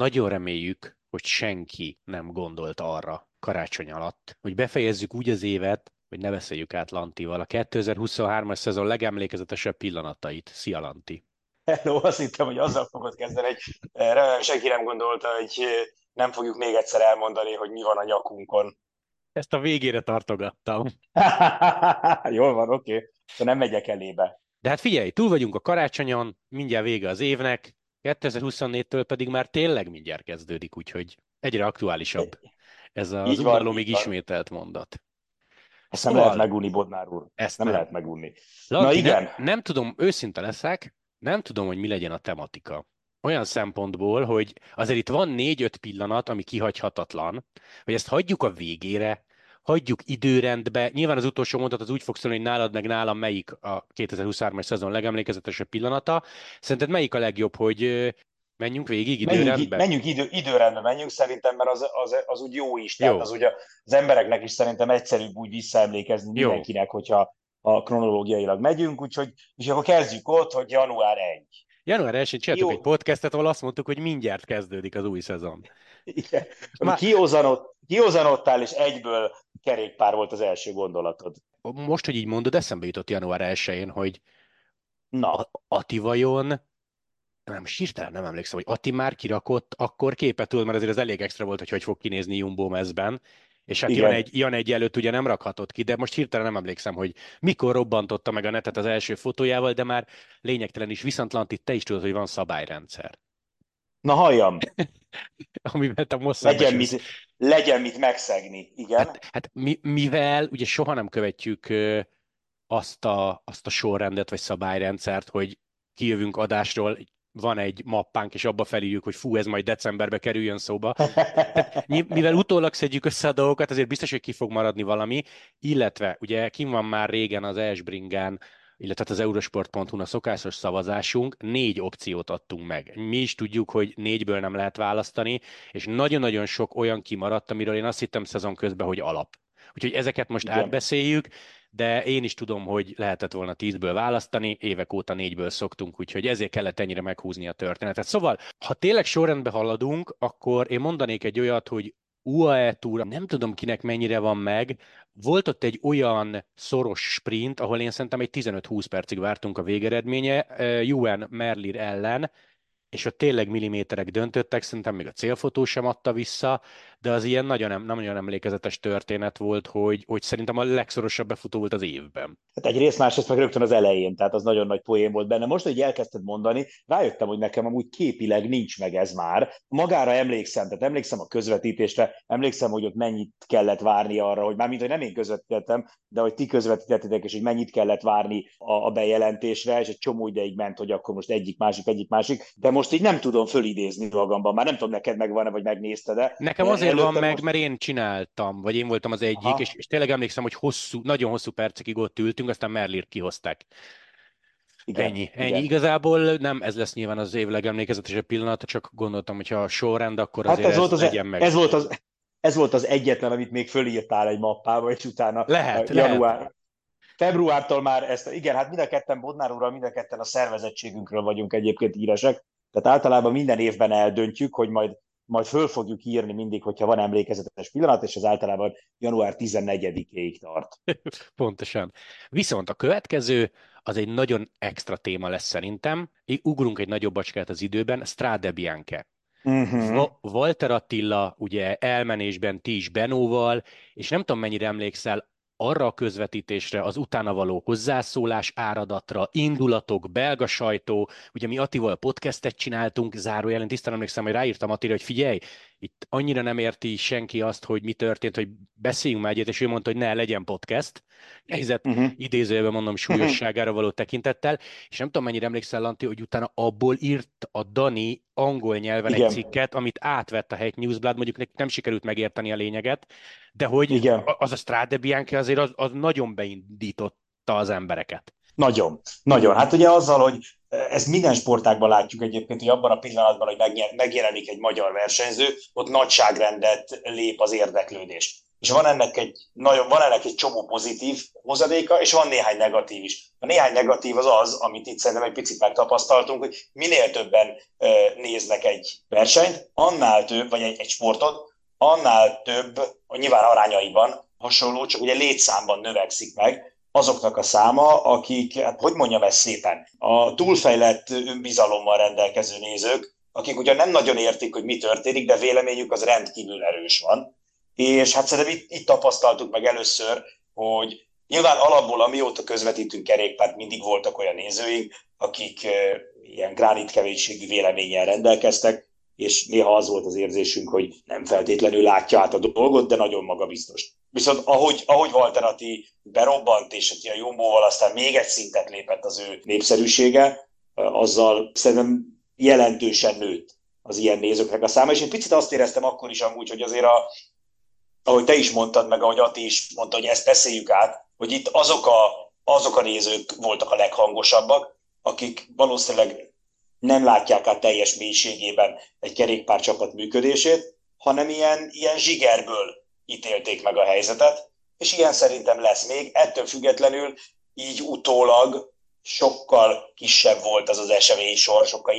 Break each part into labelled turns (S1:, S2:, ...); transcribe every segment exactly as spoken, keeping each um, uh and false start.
S1: nagyon reméljük, hogy senki nem gondolt arra karácsony alatt, hogy befejezzük úgy az évet, hogy ne beszéljük át Lantival a kétezer-huszonhármas szezon legemlékezetesebb pillanatait. Szia, Lanti!
S2: Hello, azt hittem, hogy azzal fogod kezdeni, hogy eh, remélem senki nem gondolta, hogy eh, nem fogjuk még egyszer elmondani, hogy mi van a nyakunkon.
S1: Ezt a végére tartogattam.
S2: Jól van, oké. Okay. Akkor nem megyek elébe.
S1: De hát figyelj, túl vagyunk a karácsonyon, mindjárt vége az évnek, kétezer-huszonnégytől pedig már tényleg mindjárt kezdődik, úgyhogy egyre aktuálisabb ez az
S2: Így van,
S1: unalomig
S2: így van.
S1: ismételt mondat.
S2: Ezt nem lehet
S1: Szóval,
S2: megunni, Bodnár úr. Ezt
S1: ezt
S2: nem
S1: nem.
S2: lehet megunni. Na
S1: Lanti, nem,
S2: igen.
S1: nem tudom, őszinte leszek, nem tudom, hogy mi legyen a tematika. Olyan szempontból, hogy azért itt van négy-öt pillanat, ami kihagyhatatlan, hogy ezt hagyjuk a végére, hagyjuk időrendbe. Nyilván az utolsó mondat az úgy fog szólni, hogy nálad meg nálam melyik a kétezer-huszonhármas szezon legemlékezetesebb pillanata. Szerinted melyik a legjobb, hogy ö, menjünk végig
S2: Menjünk, i-
S1: időrendbe?
S2: menjünk idő, időrendbe, menjünk szerintem, mert az, az, az úgy jó is. Tehát
S1: Jó,
S2: az ugye az embereknek is szerintem egyszerűbb úgy visszaemlékezni
S1: jó.
S2: mindenkinek, hogyha a kronológiailag megyünk, úgyhogy és akkor kezdjük ott, hogy január elseje.
S1: január elsején csináltuk egy
S2: Jó,
S1: podcastet, ahol azt mondtuk, hogy mindjárt kezdődik az új szezon.
S2: igen. Ami
S1: Már
S2: kihozanott, kihozanottál, és egyből kerékpár volt az első gondolatod.
S1: most, hogy így mondod, eszembe jutott január elsején, hogy
S2: Na,
S1: A- Ati vajon, nem, hirtelen nem emlékszem, hogy Ati már kirakott akkor képet, tudod, mert azért az elég extra volt, hogy hogy fog kinézni Jumbo mezben, és hát Jan
S2: igen.
S1: egy, Jan egy előtt ugye nem rakhatott ki, de most hirtelen nem emlékszem, hogy mikor robbantotta meg a netet az első fotójával, de már lényegtelen is. Viszont Lanti, te is tudod, hogy van szabályrendszer,
S2: Na halljam,
S1: amiben te most
S2: legyen
S1: szembesülsz.
S2: mit, legyen mit megszegni, igen.
S1: Hát, hát mi, mivel ugye soha nem követjük ö, azt a, azt a sorrendet vagy szabályrendszert, hogy kijövünk adásról, van egy mappánk, és abba felírjuk, hogy fú, ez majd decemberbe kerüljön szóba. Tehát nyi- mivel utólag szedjük össze a dolgokat, azért biztos, hogy ki fog maradni valami, illetve ugye kim van már régen az Esbringen, illetve hát az eurosport pont hu-n a szokásos szavazásunk, négy opciót adtunk meg. Mi is tudjuk, hogy négyből nem lehet választani, és nagyon-nagyon sok olyan kimaradt, amiről én azt hittem szezon közben, hogy alap. Úgyhogy ezeket most
S2: Igen.
S1: átbeszéljük, de én is tudom, hogy lehetett volna tízből választani, évek óta négyből szoktunk, úgyhogy ezért kellett ennyire meghúzni a történetet. Szóval, ha tényleg sorrendbe haladunk, akkor én mondanék egy olyat, hogy u á é túra, nem tudom kinek mennyire van meg, volt ott egy olyan szoros sprint, ahol én szerintem egy tizenöt-húsz percig vártunk a végeredménye, Juan Merlir ellen, és ott tényleg milliméterek döntöttek, szerintem még a célfotó sem adta vissza, de az ilyen nagyon, nem, nagyon emlékezetes történet volt, hogy, hogy szerintem a legszorosabb befutó volt az évben.
S2: Hát egyrészt, másrészt meg rögtön az elején, tehát az nagyon nagy poén volt benne. Most, hogy elkezdted mondani, rájöttem, hogy nekem amúgy képileg nincs meg ez már. Magára emlékszem, tehát emlékszem a közvetítésre, emlékszem, hogy ott mennyit kellett várni arra, hogy mármint, hogy nem én közvetítettem, de hogy ti közvetítettetek, és hogy mennyit kellett várni a, a bejelentésre, és egy csomó ideig ment, hogy akkor most egyik másik, egyik másik, de most így nem tudom fölidézni magamban, már nem tudom, neked megvan-e, vagy megnézted-e,
S1: Nekem
S2: de
S1: azért van
S2: előtte
S1: meg,
S2: most,
S1: mert én csináltam, vagy én voltam az egyik, és,
S2: aha,
S1: és tényleg emlékszem, hogy hosszú, nagyon hosszú percekig ott ültünk, aztán Merlírt kihozták.
S2: igen,
S1: Ennyi, ennyi.
S2: igen.
S1: Igazából nem ez lesz nyilván az év legemlékezetesebb pillanata, csak gondoltam, hogy ha a sorrend, akkor
S2: Hát
S1: azért
S2: ez
S1: ez
S2: volt az,
S1: legyen meg.
S2: ez volt az, ez volt az egyetlen, amit még fölírtál egy mappába, és utána
S1: Lehet, lehet.
S2: január, februártól már ezt, igen, hát mind a ketten Bodnár úrral, mind a ketten a szervezettségünkről vagyunk egyébként híresek, tehát általában minden évben eldöntjük, hogy majd, majd föl fogjuk írni mindig, hogyha van emlékezetes pillanat, és ez általában január tizennegyedikéig tart.
S1: Pontosan. Viszont a következő, az egy nagyon extra téma lesz szerintem. Így ugrunk egy nagyobb bacskát az időben, Strade Bianche.
S2: Uh-huh.
S1: Va- Walter Attila, ugye elmenésben ti is Benóval, és nem tudom mennyire emlékszel arra a közvetítésre, az utána való hozzászólás áradatra, indulatok, belga sajtó, ugye mi Attival podcastet csináltunk, zárójelen tisztán emlékszem, hogy ráírtam Attila, hogy figyelj, itt annyira nem érti senki azt, hogy mi történt, hogy beszéljünk már egyet, és ő mondta, hogy ne, legyen podcast. Helyzet
S2: Uh-huh.
S1: idézőjelben mondom
S2: Uh-huh.
S1: súlyosságára való tekintettel, és nem tudom, mennyire emlékszel, Lanti, hogy utána abból írt a Dani angol nyelven egy
S2: Igen,
S1: cikket, amit átvett a Hegy Newsblad, mondjuk nekik nem sikerült megérteni a lényeget, de hogy
S2: igen.
S1: az a Strade Bianche azért az, az nagyon beindította az embereket.
S2: Nagyon, nagyon. Hát ugye azzal, hogy ezt minden sportágban látjuk egyébként, hogy abban a pillanatban, hogy megjelenik egy magyar versenyző, ott nagyságrendet lép az érdeklődés. és van ennek egy, nagyon, van ennek egy csomó pozitív hozadéka, és van néhány negatív is. A néhány negatív az az, amit itt szerintem egy picit megtapasztaltunk, hogy minél többen ö, néznek egy versenyt, annál több, vagy egy, egy sportot, annál több, nyilván arányaiban hasonló, csak ugye létszámban növekszik meg azoknak a száma, akik, hát hogy mondjam ezt szépen, a túlfejlett önbizalommal rendelkező nézők, akik ugyan nem nagyon értik, hogy mi történik, de véleményük az rendkívül erős van. És hát szerintem itt, itt tapasztaltuk meg először, hogy nyilván alapból, amióta közvetítünk kerékpárt, mindig voltak olyan nézőink, akik e, ilyen gránitkevétségű véleménnyel rendelkeztek, és néha az volt az érzésünk, hogy nem feltétlenül látja át a dolgot, de nagyon magabiztos. Viszont ahogy, ahogy Walter Atti berobbant, és a Jumbóval aztán még egy szintet lépett az ő népszerűsége, azzal szerintem jelentősen nőtt az ilyen nézőknek a száma, és én picit azt éreztem akkor is amúgy, hogy azért a, ahogy te is mondtad, meg ahogy Ati is mondta, hogy ezt beszéljük át, hogy itt azok a, azok a nézők voltak a leghangosabbak, akik valószínűleg nem látják át teljes mélységében egy kerékpárcsapat működését, hanem ilyen, ilyen zsigerből ítélték meg a helyzetet, és ilyen szerintem lesz még. Ettől függetlenül így utólag sokkal kisebb volt az az eseménysor, sokkal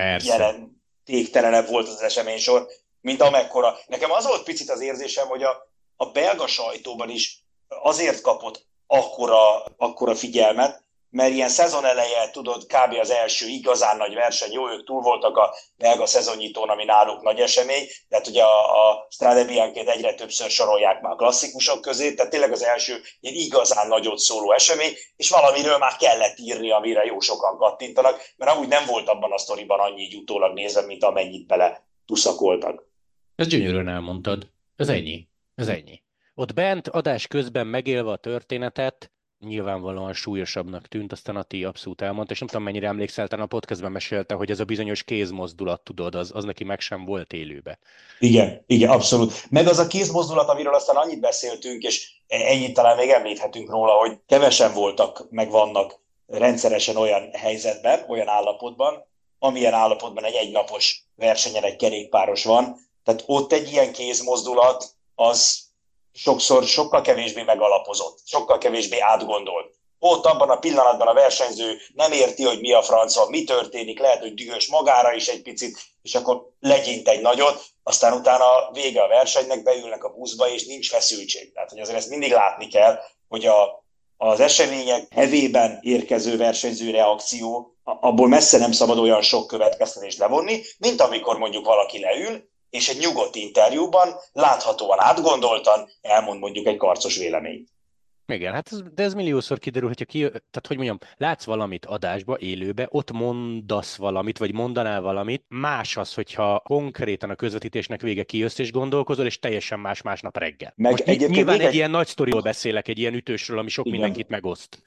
S2: jelentéktelenebb volt az, az eseménysor, mint amekkora. Nekem az volt picit az érzésem, hogy a, a belga sajtóban is azért kapott akkora, akkora figyelmet, mert ilyen szezon eleje, tudod, kb. Az első igazán nagy verseny, jó, ők túl voltak a belga szezonnyitón, ami náluk nagy esemény, tehát ugye a, a Strade Bianchét egyre többször sorolják már klasszikusok közé, tehát tényleg az első ilyen igazán nagyot szóló esemény, és valamiről már kellett írni, amire jó sokan kattintanak, mert amúgy nem volt abban a sztoriban annyi így utólag nézve, mint amennyit bele tuszakoltak.
S1: Ez gyönyörűen elmondtad. Ez ennyi. Ez ennyi. Ott bent, adás közben megélve a történetet, nyilvánvalóan súlyosabbnak tűnt, aztán Ati abszolút elmondta, és nem tudom, mennyire emlékszel, talán a podcastben mesélte, hogy ez a bizonyos kézmozdulat, tudod, az, az neki meg sem volt élőbe.
S2: Igen, igen, abszolút. Meg az a kézmozdulat, amiről aztán annyit beszéltünk, és ennyit talán még említhetünk róla, hogy kevesen voltak, meg vannak rendszeresen olyan helyzetben, olyan állapotban, amilyen állapotban egy egynapos versenyen egy kerékpáros van. Tehát ott egy ilyen kézmozdulat az sokszor sokkal kevésbé megalapozott, sokkal kevésbé átgondolt. Ott abban a pillanatban a versenyző nem érti, hogy mi a franc, mi történik, lehet, hogy dühös magára is egy picit, és akkor legyint egy nagyot, aztán utána vége a versenynek, beülnek a buszba, és nincs feszültség. Tehát, hogy azért ezt mindig látni kell, hogy a, az események hevében érkező versenyző reakció, abból messze nem szabad olyan sok következtetést levonni, mint amikor mondjuk valaki leül, és egy nyugodt interjúban láthatóan átgondoltan elmond mondjuk egy karcos véleményt.
S1: Igen, hát ez, de ez milliószor kiderül, hogyha ki, tehát hogy mondjam, látsz valamit adásba, élőbe, ott mondasz valamit, vagy mondanál valamit, más az, hogyha konkrétan a közvetítésnek vége kijössz és gondolkozol, és teljesen más másnap reggel.
S2: Meg
S1: Most ny- nyilván egy,
S2: egy...
S1: ilyen nagy sztoriról beszélek, egy ilyen ütősről, ami sok
S2: Igen.
S1: mindenkit megoszt.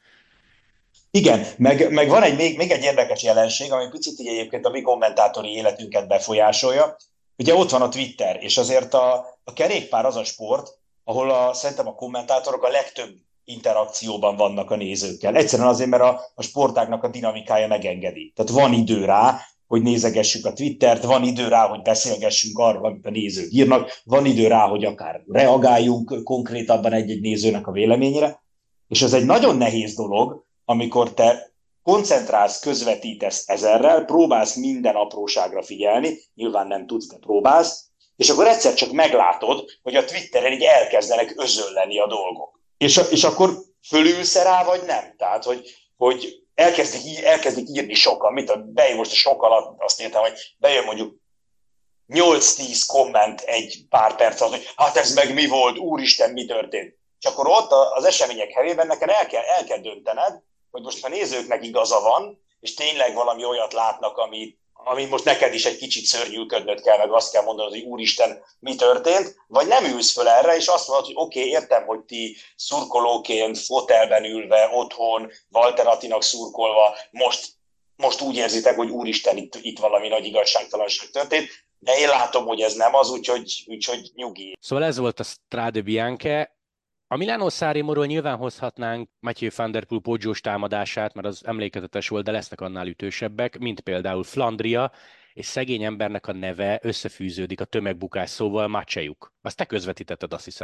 S2: Igen, meg, meg van egy, még, még egy érdekes jelenség, ami picit így egyébként a mi kommentátori életünket befolyásolja. Ugye ott van a Twitter, és azért a, a kerékpár az a sport, ahol a, szerintem a kommentátorok a legtöbb interakcióban vannak a nézőkkel. Egyszerűen azért, mert a, a sportágnak a dinamikája megengedi. Tehát van idő rá, hogy nézegessük a Twittert, van idő rá, hogy beszélgessünk arról, amit a nézők írnak, van idő rá, hogy akár reagáljunk konkrétabban egy-egy nézőnek a véleményére, és ez egy nagyon nehéz dolog, amikor te koncentrálsz, közvetítesz ezerrel, próbálsz minden apróságra figyelni, nyilván nem tudsz, de próbálsz, és akkor egyszer csak meglátod, hogy a Twitteren így elkezdenek özölleni a dolgok. És, és akkor fölülsz rá, vagy nem? Tehát, hogy, hogy elkezdik, elkezdik írni sokan, mit a, bejön most a sok alatt, azt értem, hogy bejön mondjuk nyolc-tíz komment egy pár perc alatt, hogy hát ez meg mi volt, úristen, mi történt. És akkor ott az események helyében neked el kell, el kell döntened, hogy most a nézőknek igaza van, és tényleg valami olyat látnak, ami, ami most neked is egy kicsit szörnyűködnöd kell, meg azt kell mondanod, hogy úristen, mi történt, vagy nem ülsz föl erre, és azt mondod, hogy oké, okay, értem, hogy ti szurkolóként, fotelben ülve, otthon, Walter Attinak szurkolva, most, most úgy érzitek, hogy úristen, itt, itt valami nagy igazságtalanság történt, de én látom, hogy ez nem az, úgyhogy, úgyhogy nyugi.
S1: Szóval ez volt a Strade Bianche. A Milano Sanremóról nyilván hozhatnánk Mathieu van der Poel Poggio támadását, mert az emlékezetes volt, de lesznek annál ütősebbek, mint például Flandria, és szegény embernek a neve összefűződik a tömegbukás szóval, Matchejuk. Azt te közvetítetted, azt hiszem.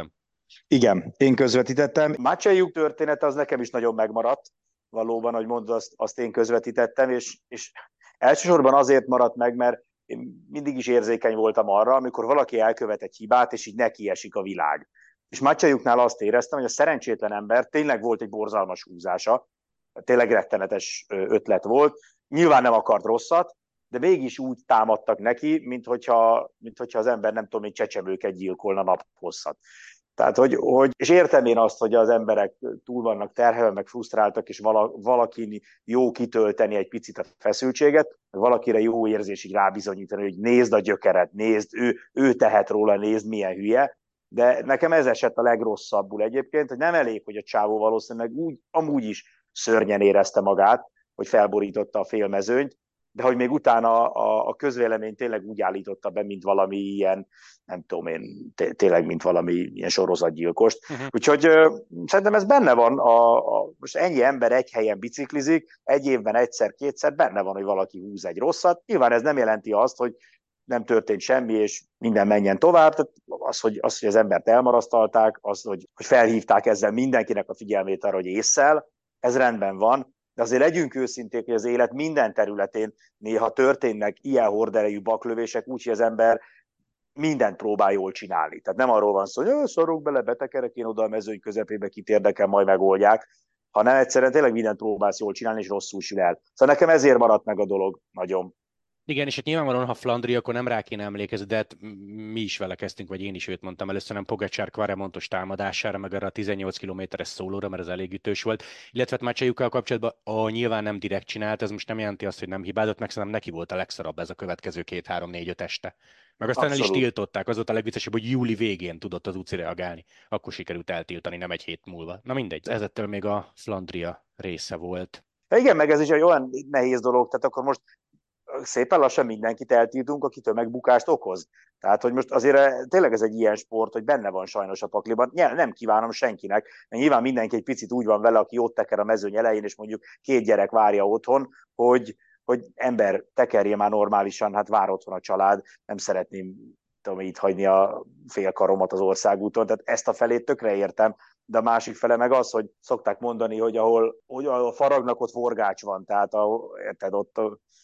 S2: Igen, én közvetítettem. Mácsaiuk története az nekem is nagyon megmaradt. Valóban, hogy mondod, azt, azt én közvetítettem, és, és elsősorban azért maradt meg, mert én mindig is érzékeny voltam arra, amikor valaki elkövet egy hibát, és így nekiesik a világ. És Mácsaiuknál azt éreztem, hogy a szerencsétlen ember tényleg volt egy borzalmas húzása, tényleg rettenetes ötlet volt. Nyilván nem akart rosszat, de mégis úgy támadtak neki, mint hogyha, mint hogyha az ember nem tudom, hogy csecsemőket gyilkolna naphosszat. Tehát, hogy, hogy, és értem én azt, hogy az emberek túl vannak terhelve, meg frusztráltak, és vala, valakin jó kitölteni egy picit a feszültséget, valakire jó érzés így rábizonyítani, hogy nézd a gyökeret, nézd, ő, ő tehet róla, nézd, milyen hülye. De nekem ez esett a legrosszabbul egyébként, hogy nem elég, hogy a csávó valószínűleg úgy, amúgy is szörnyen érezte magát, hogy felborította a félmezőnyt, de hogy még utána a, a közvélemény tényleg úgy állította be, mint valami ilyen, nem tudom én, tényleg, mint valami ilyen sorozatgyilkost.
S1: Uh-huh.
S2: Úgyhogy ö, szerintem ez benne van, a, a, most ennyi ember egy helyen biciklizik, egy évben egyszer-kétszer benne van, hogy valaki húz egy rosszat. Nyilván ez nem jelenti azt, hogy nem történt semmi, és minden menjen tovább. Tehát az, hogy, az, hogy az embert elmarasztalták, az, hogy, hogy felhívták ezzel mindenkinek a figyelmét arra, hogy ésszel, ez rendben van, de azért legyünk őszinték, hogy az élet minden területén néha történnek ilyen horderejű baklövések, úgyhogy az ember mindent próbál jól csinálni. Tehát nem arról van szó, hogy szorok bele, betekerek én oda a mezőny közepébe, kit érdekel, majd megoldják, hanem egyszerűen tényleg mindent próbálsz jól csinálni, és rosszul sül el. Szóval nekem ezért maradt meg a dolog nagyon.
S1: Igen, és hát nyilvánvalóan, ha Flandria, akkor nem rá kéne emlékezni, de hát mi is vele kezdtünk, vagy én is őt mondtam először, nem Pogacsár Kvaremontos támadására, meg arra a tizennyolc kilométeres szólóra, mert ez elég ütős volt. Illetve hát Mácsajukkal kapcsolatban a, nyilván nem direkt csinált, ez most nem jelenti azt, hogy nem hibázott, meg szerintem neki volt a legszarabb ez a következő két-három-négy-öt este. Meg aztán el is
S2: Abszolút.
S1: tiltották, az volt a legviccesebb, hogy júli végén tudott az UCI reagálni. Akkor sikerült eltiltani, nem egy hét múlva. Na mindegy, ez ettől még a Flandria része volt.
S2: De igen, meg ez is egy olyan nehéz dolog, tehát akkor most szépen lassan mindenkit eltiltunk, aki tömegbukást okoz. Tehát, hogy most azért tényleg ez egy ilyen sport, hogy benne van sajnos a pakliban. Nem kívánom senkinek, mert nyilván mindenki egy picit úgy van vele, aki ott teker a mezőny elején, és mondjuk két gyerek várja otthon, hogy, hogy ember tekerje már normálisan, hát vár otthon a család, nem szeretném tudom, itt hagyni a félkaromat az országúton, tehát ezt a felét tökre értem, de a másik fele meg az, hogy szokták mondani, hogy ahol, hogy a faragnak ott forgács van, tehát ahol, érted, ott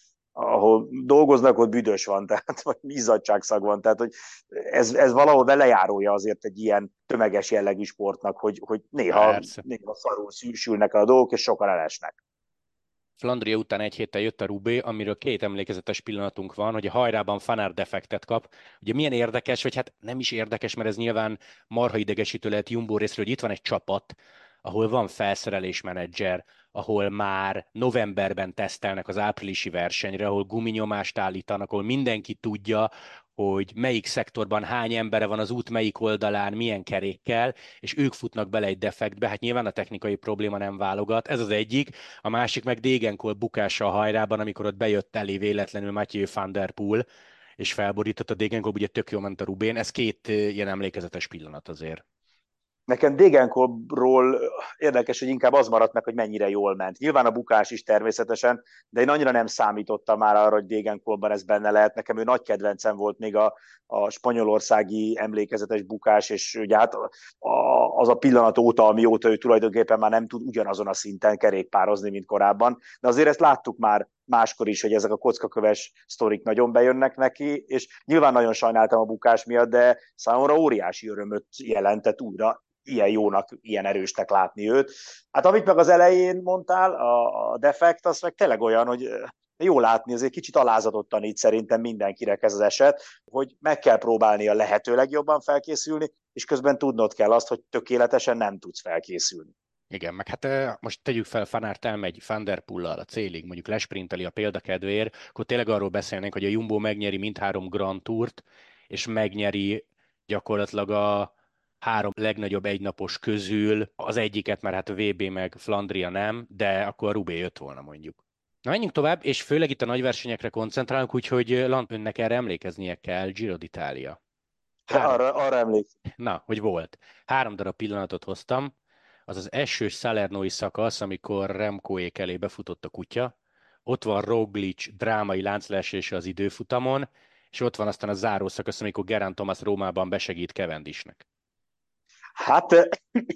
S2: ahol dolgoznak, ott büdös van, tehát vagy izzadságszag van, tehát hogy ez, ez valahol velejárója azért egy ilyen tömeges jellegű sportnak, hogy, hogy néha,
S1: Persze.
S2: néha szarul szűsülnek a dolgok, és sokan elesnek.
S1: Flandria után egy héttel jött a Roubaix, amiről két emlékezetes pillanatunk van, hogy a hajrában Fanart defektet kap. Ugye milyen érdekes, vagy hát nem is érdekes, mert ez nyilván marha idegesítő lehet Jumbo részről, hogy itt van egy csapat, ahol van felszerelésmenedzser, ahol már novemberben tesztelnek az áprilisi versenyre, ahol guminyomást állítanak, ahol mindenki tudja, hogy melyik szektorban hány embere van az út melyik oldalán, milyen kerékkel, és ők futnak bele egy defektbe. Hát nyilván a technikai probléma nem válogat, ez az egyik. A másik meg Degenkolb bukása a hajrában, amikor ott bejött elé véletlenül Mathieu van der Poel, és felborított a Degenkolb, ugye tök jól ment a Rubén. Ez két ilyen emlékezetes pillanat azért.
S2: Nekem Degenkolbról érdekes, hogy inkább az maradt meg, hogy mennyire jól ment. Nyilván a bukás is természetesen, de én annyira nem számítottam már arra, hogy Degenkolbban ez benne lehet. Nekem ő nagy kedvencem volt még a, a spanyolországi emlékezetes bukás, és ugye hát a, az a pillanat óta, amióta ő tulajdonképpen már nem tud ugyanazon a szinten kerékpározni, mint korábban. De azért ezt láttuk már máskor is, hogy ezek a kockaköves sztorik nagyon bejönnek neki, és nyilván nagyon sajnáltam a bukás miatt, de számomra óriási örömöt jelentett újra ilyen jónak, ilyen erősnek látni őt. Hát amit meg az elején mondtál, a, a defekt, az meg tényleg olyan, hogy jó látni, azért kicsit alázatottan így szerintem mindenkinek ez az eset, hogy meg kell próbálni a lehető legjobban felkészülni, és közben tudnod kell azt, hogy tökéletesen nem tudsz felkészülni.
S1: Igen, meg hát most tegyük fel, Fanart elmegy Van der Poellal a célig, mondjuk lesprinteli a példakedvéért, akkor tényleg arról beszélnénk, hogy a Jumbo megnyeri mindhárom Grand Tourt, és megnyeri gyakorlatilag a három legnagyobb egynapos közül az egyiket, mert hát a vé bé meg Flandria nem, de akkor a Roubaix jött volna mondjuk. Na menjünk tovább, és főleg itt a nagy versenyekre koncentrálunk, úgyhogy Land önnek erre emlékeznie kell, Giro d'Italia. Három.
S2: Arra, arra emlékszem.
S1: Na, hogy volt. Három darab pillanatot hoztam. Az az esős Salernói szakasz, amikor Remcoék elé befutott a kutya. Ott van Roglic drámai láncleesése az időfutamon, és ott van aztán a záró szakasz, amikor Geraint Thomas Rómában besegít Cavendishnek.
S2: Hát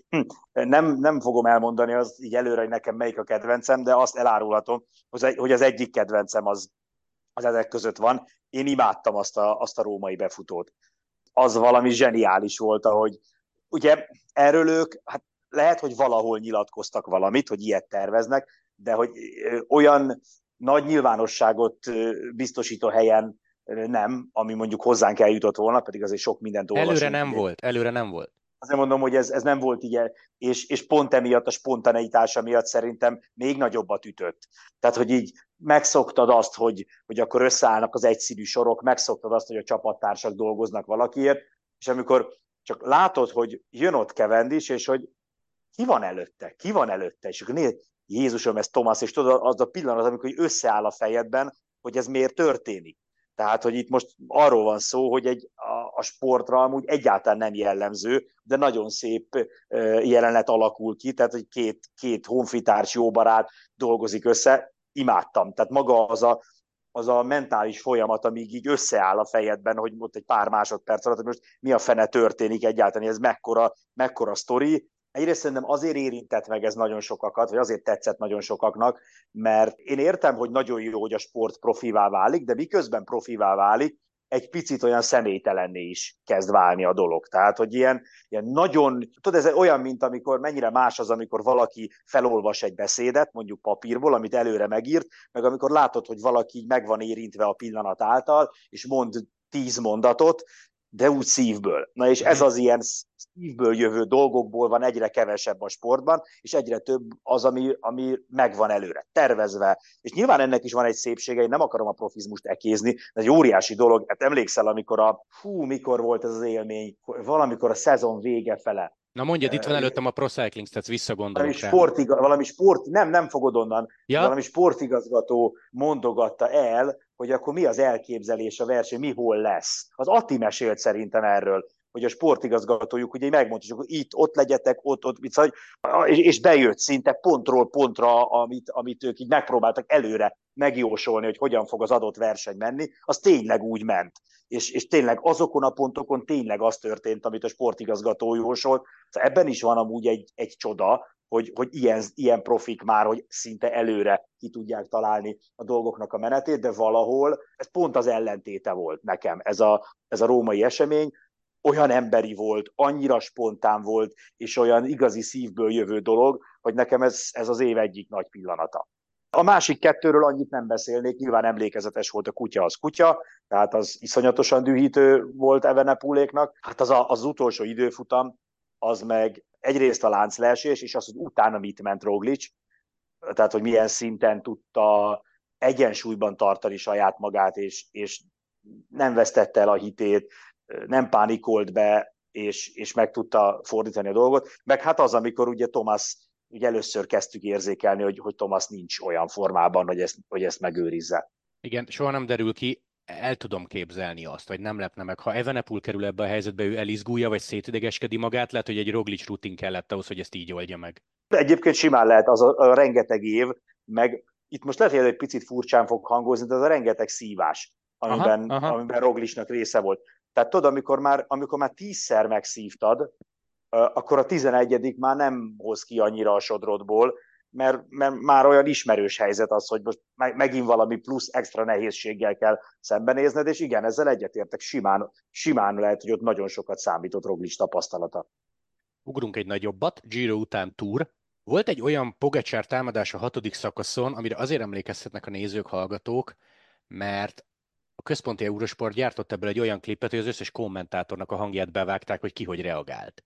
S2: nem, nem fogom elmondani az így előre, hogy nekem melyik a kedvencem, de azt elárulhatom, hogy az egyik kedvencem az, az ezek között van. Én imádtam azt a, azt a római befutót. Az valami zseniális volt, ahogy ugye erről ők, hát lehet, hogy valahol nyilatkoztak valamit, hogy ilyet terveznek, de hogy olyan nagy nyilvánosságot biztosító helyen nem, ami mondjuk hozzánk eljutott volna, pedig azért sok mindent
S1: Előre
S2: olvasunk.
S1: nem
S2: Ugye.
S1: volt, előre nem volt.
S2: Azért mondom, hogy ez, ez nem volt így, és, és pont emiatt, a spontaneitása miatt szerintem még nagyobbat ütött. Tehát, hogy így megszoktad azt, hogy, hogy akkor összeállnak az egyszínű sorok, megszoktad azt, hogy a csapattársak dolgoznak valakiért, és amikor csak látod, hogy jön ott Cavendish, és hogy ki van előtte, ki van előtte, és akkor nézd, Jézusom, ez Thomas, és tudod, az a pillanat, amikor összeáll a fejedben, hogy ez miért történik. Tehát, hogy itt most arról van szó, hogy egy, a, a sportra amúgy egyáltalán nem jellemző, de nagyon szép jelenet alakul ki, tehát, hogy két, két honfitárs, jó barát dolgozik össze, imádtam. Tehát maga az a, az a mentális folyamat, amíg így összeáll a fejedben, hogy ott egy pár másodperc alatt, hogy most mi a fene történik egyáltalán, ez mekkora, mekkora sztori. Egyrészt szerintem azért érintett meg ez nagyon sokakat, vagy azért tetszett nagyon sokaknak, mert én értem, hogy nagyon jó, hogy a sport profivá válik, de miközben profivá válik, egy picit olyan személytelenné is kezd válni a dolog. Tehát, hogy ilyen, ilyen nagyon, tudod, ez olyan, mint amikor mennyire más az, amikor valaki felolvas egy beszédet, mondjuk papírból, amit előre megírt, meg amikor látod, hogy valaki így meg van érintve a pillanat által, és mond tíz mondatot, de úgy szívből. Na és ez
S1: Uh-huh.
S2: az ilyen szívből jövő dolgokból van egyre kevesebb a sportban, és egyre több az, ami, ami megvan előre, tervezve. És nyilván ennek is van egy szépsége, én nem akarom a profizmust ekézni, de egy óriási dolog. Hát emlékszel, amikor a, hú, mikor volt ez az élmény, valamikor a szezon vége fele.
S1: Na mondjad, itt van előttem a Pro Cycling Stats,
S2: Valami,
S1: visszagondolok rá.
S2: sportiga, valami sport, nem, nem fogod onnan,
S1: Ja?
S2: valami sportigazgató mondogatta el, hogy akkor mi az elképzelés a verseny, mi hol lesz. Az Atti mesélt szerintem erről, hogy a sportigazgatójuk ugye megmondta, hogy akkor itt, ott legyetek, ott, ott, mit, szóval, és, és bejött szinte pontról pontra, amit, amit ők így megpróbáltak előre megjósolni, hogy hogyan fog az adott verseny menni, az tényleg úgy ment. És, és tényleg azokon a pontokon tényleg az történt, amit a sportigazgató jósolt. Szóval ebben is van amúgy egy, egy csoda, hogy, hogy ilyen, ilyen profik már, hogy szinte előre ki tudják találni a dolgoknak a menetét, de valahol ez pont az ellentéte volt nekem, ez a, ez a római esemény, olyan emberi volt, annyira spontán volt, és olyan igazi szívből jövő dolog, hogy nekem ez, ez az év egyik nagy pillanata. A másik kettőről annyit nem beszélnék, nyilván emlékezetes volt a kutya az kutya, tehát az iszonyatosan dühítő volt Evenepoeléknak. Hát az, a, az utolsó időfutam, az meg egyrészt a láncleesés, és az, hogy utána mit ment Roglic, tehát hogy milyen szinten tudta egyensúlyban tartani saját magát, és, és nem vesztette el a hitét, nem pánikolt be, és, és meg tudta fordítani a dolgot. Meg hát az, amikor ugye Thomas, ugye először kezdtük érzékelni, hogy, hogy Thomas nincs olyan formában, hogy ezt, hogy ezt megőrizze.
S1: Igen, soha nem derül ki, el tudom képzelni azt, vagy nem lepne meg. Ha Evenepoel kerül ebbe a helyzetbe, ő elizgulja, vagy szétidegeskedi magát, lehet, hogy egy Roglic rutin kellett ahhoz, hogy ezt így oldja meg.
S2: De egyébként simán lehet az a, a rengeteg év, meg itt most lehet, hogy egy picit furcsán fog hangozni, de az a rengeteg szívás,
S1: Aha,
S2: amiben,
S1: aha.
S2: amiben Roglicnak része volt. Tehát tudod, amikor már, amikor már tízszer megszívtad, akkor a tizenegyedik már nem hoz ki annyira a sodrodból, mert, mert már olyan ismerős helyzet az, hogy most megint valami plusz extra nehézséggel kell szembenézned, és igen, ezzel egyetértek, simán, simán lehet, hogy ott nagyon sokat számított Roglic tapasztalata.
S1: Ugrunk egy nagyobbat, Giro után Tour. Volt egy olyan Pogačar támadás a hatodik szakaszon, amire azért emlékezhetnek a nézők, hallgatók, mert a központi Eurosport gyártott ebből egy olyan klippet, hogy az összes kommentátornak a hangját bevágták, hogy ki hogy reagált.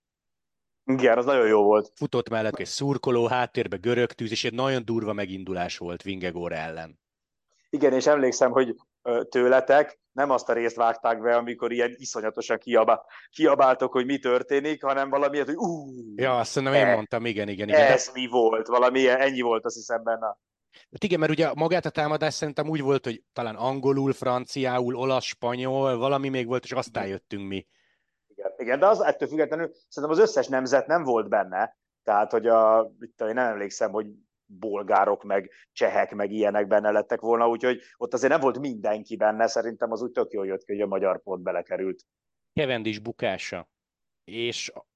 S2: Igen, az nagyon jó volt.
S1: Futott mellett egy szurkoló, háttérbe görögtűz, és egy nagyon durva megindulás volt Vingegor ellen.
S2: Igen, és emlékszem, hogy tőletek nem azt a részt vágták be, amikor ilyen iszonyatosan kiabál, kiabáltok, hogy mi történik, hanem valamiért, hogy ú,
S1: Ja, azt mondom, én
S2: e,
S1: mondtam, igen, igen, igen. De,
S2: ez mi volt, valami ennyi volt, azt hiszem benne.
S1: de igen, mert ugye magát a támadást szerintem úgy volt, hogy talán angolul, franciául, olasz, spanyol, valami még volt, és aztán jöttünk mi.
S2: Igen, igen, de az ettől függetlenül szerintem az összes nemzet nem volt benne, tehát, hogy a, itt, én nem emlékszem, hogy bolgárok, meg csehek, meg ilyenek benne lettek volna, úgyhogy ott azért nem volt mindenki benne, szerintem az úgy tök jól jött ki, hogy a magyar pont belekerült.
S1: Cavendish bukása. És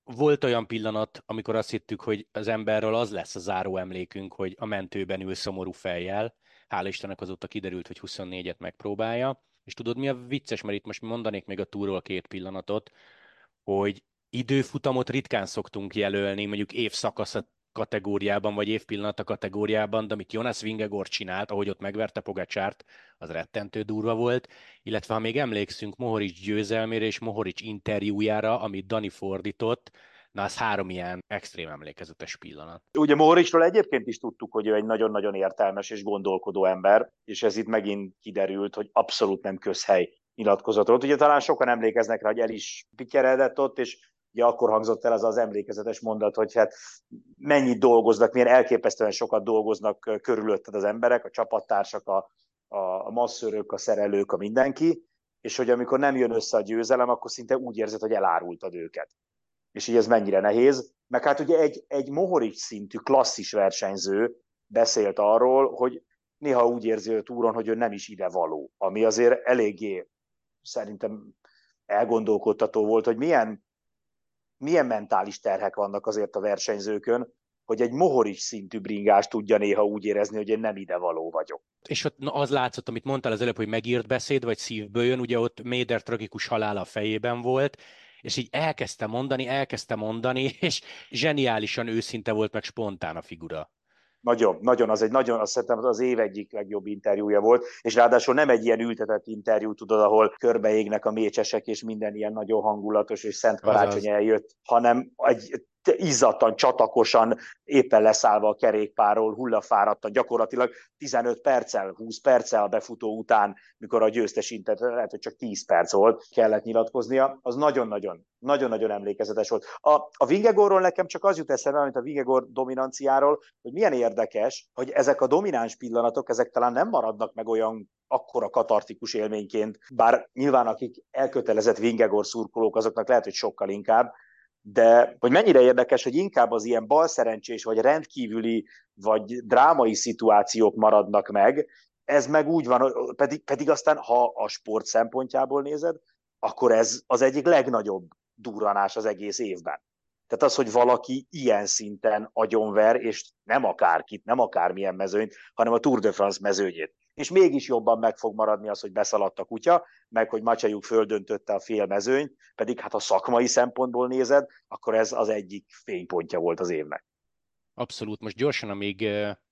S1: volt olyan pillanat, amikor azt hittük, hogy az emberről az lesz a záró emlékünk, hogy a mentőben ül szomorú fejjel. Hál' Istennek azóta kiderült, hogy huszonnégyet megpróbálja. És tudod, mi a vicces, mert itt most mondanék még a túról két pillanatot, hogy időfutamot ritkán szoktunk jelölni, mondjuk évszakasz kategóriában, vagy évpillanata kategóriában, de amit Jonas Vingegaard csinált, ahogy ott megverte Pogačárt, az rettentő durva volt, illetve ha még emlékszünk Mohoric győzelmére és Mohoric interjújára, amit Dani fordított, na az három ilyen extrém emlékezetes pillanat.
S2: Ugye Mohoricról egyébként is tudtuk, hogy ő egy nagyon-nagyon értelmes és gondolkodó ember, és ez itt megint kiderült, hogy abszolút nem közhely nyilatkozatot. Ugye talán sokan emlékeznek rá, hogy el is pityeredett ott, és ugye akkor hangzott el az az emlékezetes mondat, hogy hát mennyit dolgoznak, milyen elképesztően sokat dolgoznak körülötted az emberek, a csapattársak, a, a masszörök, a szerelők, a mindenki, és hogy amikor nem jön össze a győzelem, akkor szinte úgy érzed, hogy elárultad őket. És így ez mennyire nehéz. Meg hát ugye egy, egy Mohoric szintű klasszis versenyző beszélt arról, hogy néha úgy érzi a túron, hogy ő nem is ide való, ami azért eléggé szerintem elgondolkodtató volt, hogy milyen, milyen mentális terhek vannak azért a versenyzőkön, hogy egy Mohoric szintű bringás tudja néha úgy érezni, hogy én nem ide való vagyok.
S1: És ott na, az látszott, amit mondtál az előbb, hogy megírt beszéd, vagy szívből jön, ugye ott Méder tragikus halála a fejében volt, és így elkezdte mondani, elkezdte mondani, és zseniálisan őszinte volt, meg spontán a figura.
S2: Nagyon, nagyon, az egy nagyon, azt szerintem az év egyik legjobb interjúja volt, és ráadásul nem egy ilyen ültetett interjú, tudod, ahol körbeégnek a mécsesek, és minden ilyen nagyon hangulatos, és Szent Karácsony
S1: Azaz.
S2: eljött, hanem egy izzadtan, csatakosan, éppen leszállva a kerékpárról, hullafáradtan, gyakorlatilag tizenöt perccel, húsz perccel a befutó után, mikor a győztes intett, lehet, hogy csak tíz perc volt, kellett nyilatkoznia, az nagyon-nagyon, nagyon-nagyon emlékezetes volt. A, a Vingegaardról nekem csak az jut eszembe, mint a Vingegaard dominanciáról, hogy milyen érdekes, hogy ezek a domináns pillanatok, ezek talán nem maradnak meg olyan akkora katartikus élményként, bár nyilván akik elkötelezett Vingegaard szurkolók, azoknak lehet, hogy sokkal inkább, de hogy mennyire érdekes, hogy inkább az ilyen balszerencsés, vagy rendkívüli, vagy drámai szituációk maradnak meg, ez meg úgy van, pedig, pedig aztán, ha a sport szempontjából nézed, akkor ez az egyik legnagyobb durranás az egész évben. Tehát az, hogy valaki ilyen szinten agyonver, és nem akárkit, nem akármilyen mezőnyt, hanem a Tour de France mezőnyét. És mégis jobban meg fog maradni az, hogy beszaladt a kutya, meg hogy Macsajuk földöntötte a fél mezőnyt, pedig hát a szakmai szempontból nézed, akkor ez az egyik fénypontja volt az évnek.
S1: Abszolút. Most gyorsan, amíg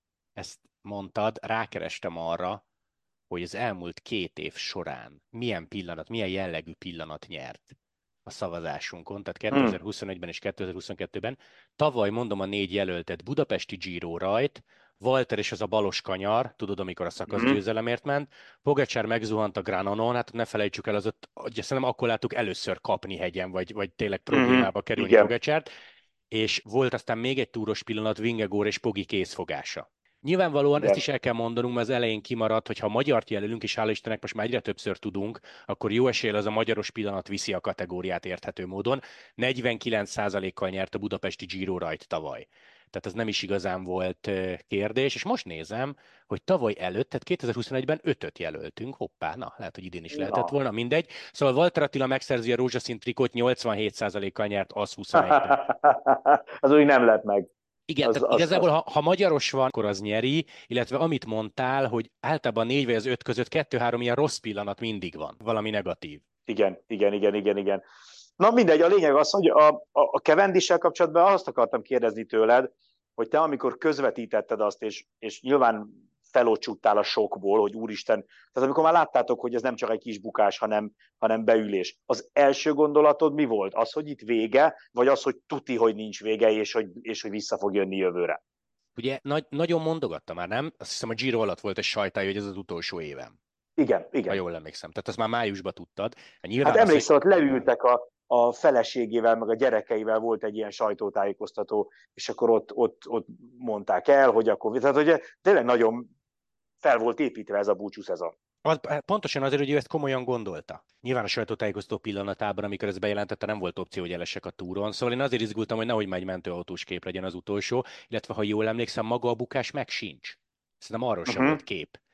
S1: ezt mondtad, rákerestem arra, hogy az elmúlt két év során milyen pillanat, milyen jellegű pillanat nyert a szavazásunkon, tehát
S2: Hmm.
S1: kétezer-huszonegyben és kétezer-huszonkettőben. Tavaly mondom a négy jelöltet, budapesti Giro rajt, Walter és az a balos kanyar, tudod, amikor a
S2: Hmm.
S1: szakaszgyőzelemért ment, Pogačar megzuhant a Granonon, hát ne felejtsük el, az ott, ugye szerintem akkor láttuk először kapni hegyen, vagy, vagy tényleg
S2: Hmm.
S1: problémába kerülni
S2: Igen.
S1: Pogačart, és volt aztán még egy túros pillanat, Vingegaard és Pogi készfogása. Nyilvánvalóan ezt
S2: Igen.
S1: is el kell mondanunk, mert az elején kimaradt, hogy ha magyart jelölünk, és hála Istennek most már egyre többször tudunk, akkor jó eséllyel az a magyaros pillanat viszi a kategóriát érthető módon. negyvenkilenc százalékkal nyert a budapesti Giro rajt tavaly. Tehát ez nem is igazán volt kérdés, és most nézem, hogy tavaly előtt, tehát kétezer-huszonegyben ötöt jelöltünk, hoppá, na, lehet, hogy idén is lehetett
S2: Na.
S1: volna, mindegy. Szóval Walter Attila megszerzi a rózsaszín trikót, nyolcvanhét százalékkal nyert az huszonegyben.
S2: Az úgy nem lett meg.
S1: Igen,
S2: Az,
S1: tehát
S2: az,
S1: igazából,
S2: az.
S1: ha, ha magyaros van, akkor az nyeri, illetve amit mondtál, hogy általában négy vagy az öt között kettő-három ilyen rossz pillanat mindig van, valami negatív.
S2: Igen, igen, igen, igen, igen. Na mindegy, a lényeg az, hogy a, a, a Cavendish-sel kapcsolatban azt akartam kérdezni tőled, hogy te amikor közvetítetted azt, és, és nyilván felocsúttál a sokból, hogy úristen, tehát amikor már láttátok, hogy ez nem csak egy kis bukás, hanem, hanem beülés. Az első gondolatod mi volt? Az, hogy itt vége, vagy az, hogy tuti, hogy nincs vége, és hogy, és hogy vissza fog jönni jövőre?
S1: Ugye nagy, nagyon mondogatta már, nem? Azt hiszem a Giro alatt volt egy sajtája, hogy ez az utolsó évem,
S2: Igen,
S1: ha
S2: igen.
S1: jól emlékszem. Tehát azt már májusban tudtad. Hát
S2: Hát
S1: nyilván az, hogy
S2: emlékszel, ott leültek a, a feleségével, meg a gyerekeivel volt egy ilyen sajtótájékoztató, és akkor ott, ott, ott mondták el, hogy akkor, tehát ugye tényleg nagyon fel volt építve ez a búcsú szezon.
S1: az, pontosan azért, hogy ő ezt komolyan gondolta. Nyilván a sajtótájékoztató pillanatában, amikor ez bejelentette, nem volt opció, hogy elessek a túron. Szóval én azért izgultam, hogy nehogy már egy mentőautós kép legyen az utolsó, illetve ha jól emlékszem, maga a bukás meg sincs. Szerintem arról sem
S2: Uh-huh.
S1: volt kép.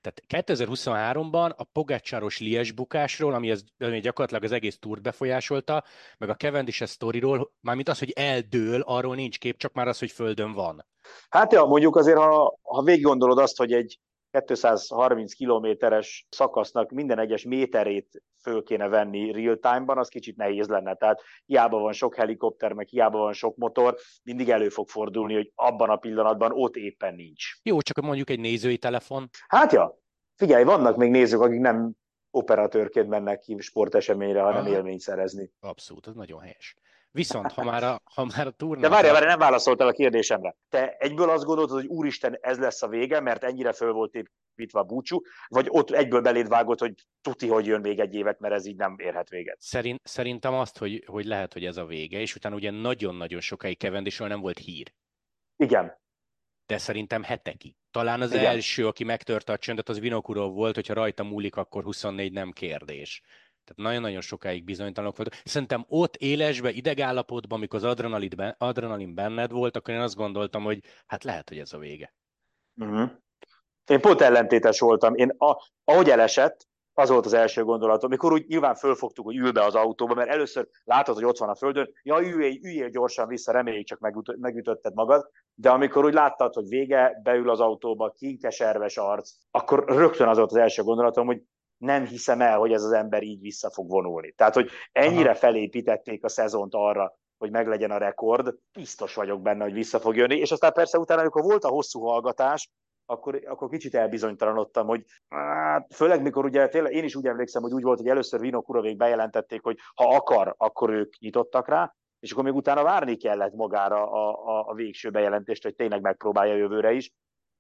S1: Tehát kétezer-huszonháromban a Pogačaros Liège bukásról, ami, ez, ami gyakorlatilag az egész túrt befolyásolta, meg a Cavendish sztoriról, mármint az, hogy eldől, arról nincs kép, csak már az, hogy földön van.
S2: Hát ja, mondjuk azért, ha, ha végig gondolod azt, hogy egy kétszázharminc kilométeres szakasznak minden egyes méterét föl kéne venni real time-ban, az kicsit nehéz lenne. Tehát hiába van sok helikopter, meg hiába van sok motor, mindig elő fog fordulni, hogy abban a pillanatban ott éppen nincs.
S1: Jó, csak mondjuk egy nézői telefon.
S2: Hát ja, figyelj, vannak még nézők, akik nem operatőrként mennek ki sporteseményre, hanem
S1: Ah,
S2: élményt szerezni.
S1: abszolút, ez nagyon helyes. Viszont, ha már a, ha már a
S2: De
S1: túrnál
S2: várjál,
S1: tart...
S2: várjál, nem válaszoltál a kérdésemre. Te egyből azt gondoltad, hogy úristen, ez lesz a vége, mert ennyire föl volt építve a búcsú, vagy ott egyből beléd vágott, hogy tuti, hogy jön még egy évet, mert ez így nem érhet véget.
S1: Szerint, szerintem azt, hogy, hogy lehet, hogy ez a vége, és utána ugye nagyon-nagyon sokáig Cavendishről nem volt hír.
S2: Igen,
S1: De szerintem hetekig. Talán az
S2: igen.
S1: első, aki megtörte a csöndet, az Vinokurov volt, hogyha rajta múlik, akkor huszonnégy nem kérdés. Tehát nagyon-nagyon sokáig bizonytalanok voltak. Szerintem ott élesbe, idegállapotban, amikor az adrenalin, ben, adrenalin benned volt, akkor én azt gondoltam, hogy hát lehet, hogy ez a vége.
S2: Uh-huh. Én pont ellentétes voltam. Én, a, ahogy elesett, az volt az első gondolatom. Mikor úgy nyilván fölfogtuk, hogy ül be az autóba, mert először látod, hogy ott van a földön, ja, üljél, üljél gyorsan vissza, reméljük csak megüt, megütötted magad, de amikor úgy láttad, hogy vége, beül az autóba, kinkeserves arc, akkor rögtön az volt az első gondolatom, hogy nem hiszem el, hogy ez az ember így vissza fog vonulni. Tehát, hogy ennyire
S1: Aha.
S2: felépítették a szezont arra, hogy meglegyen a rekord, biztos vagyok benne, hogy vissza fog jönni, és aztán persze utána, amikor volt a hosszú hallgatás, akkor, akkor kicsit elbizonytalanodtam, hogy hát, főleg mikor ugye tényleg én is úgy emlékszem, hogy úgy volt, hogy először Vinokurovék bejelentették, hogy ha akar, akkor ők nyitottak rá, és akkor még utána várni kellett magára a, a, a végső bejelentést, hogy tényleg megpróbálja jövőre is.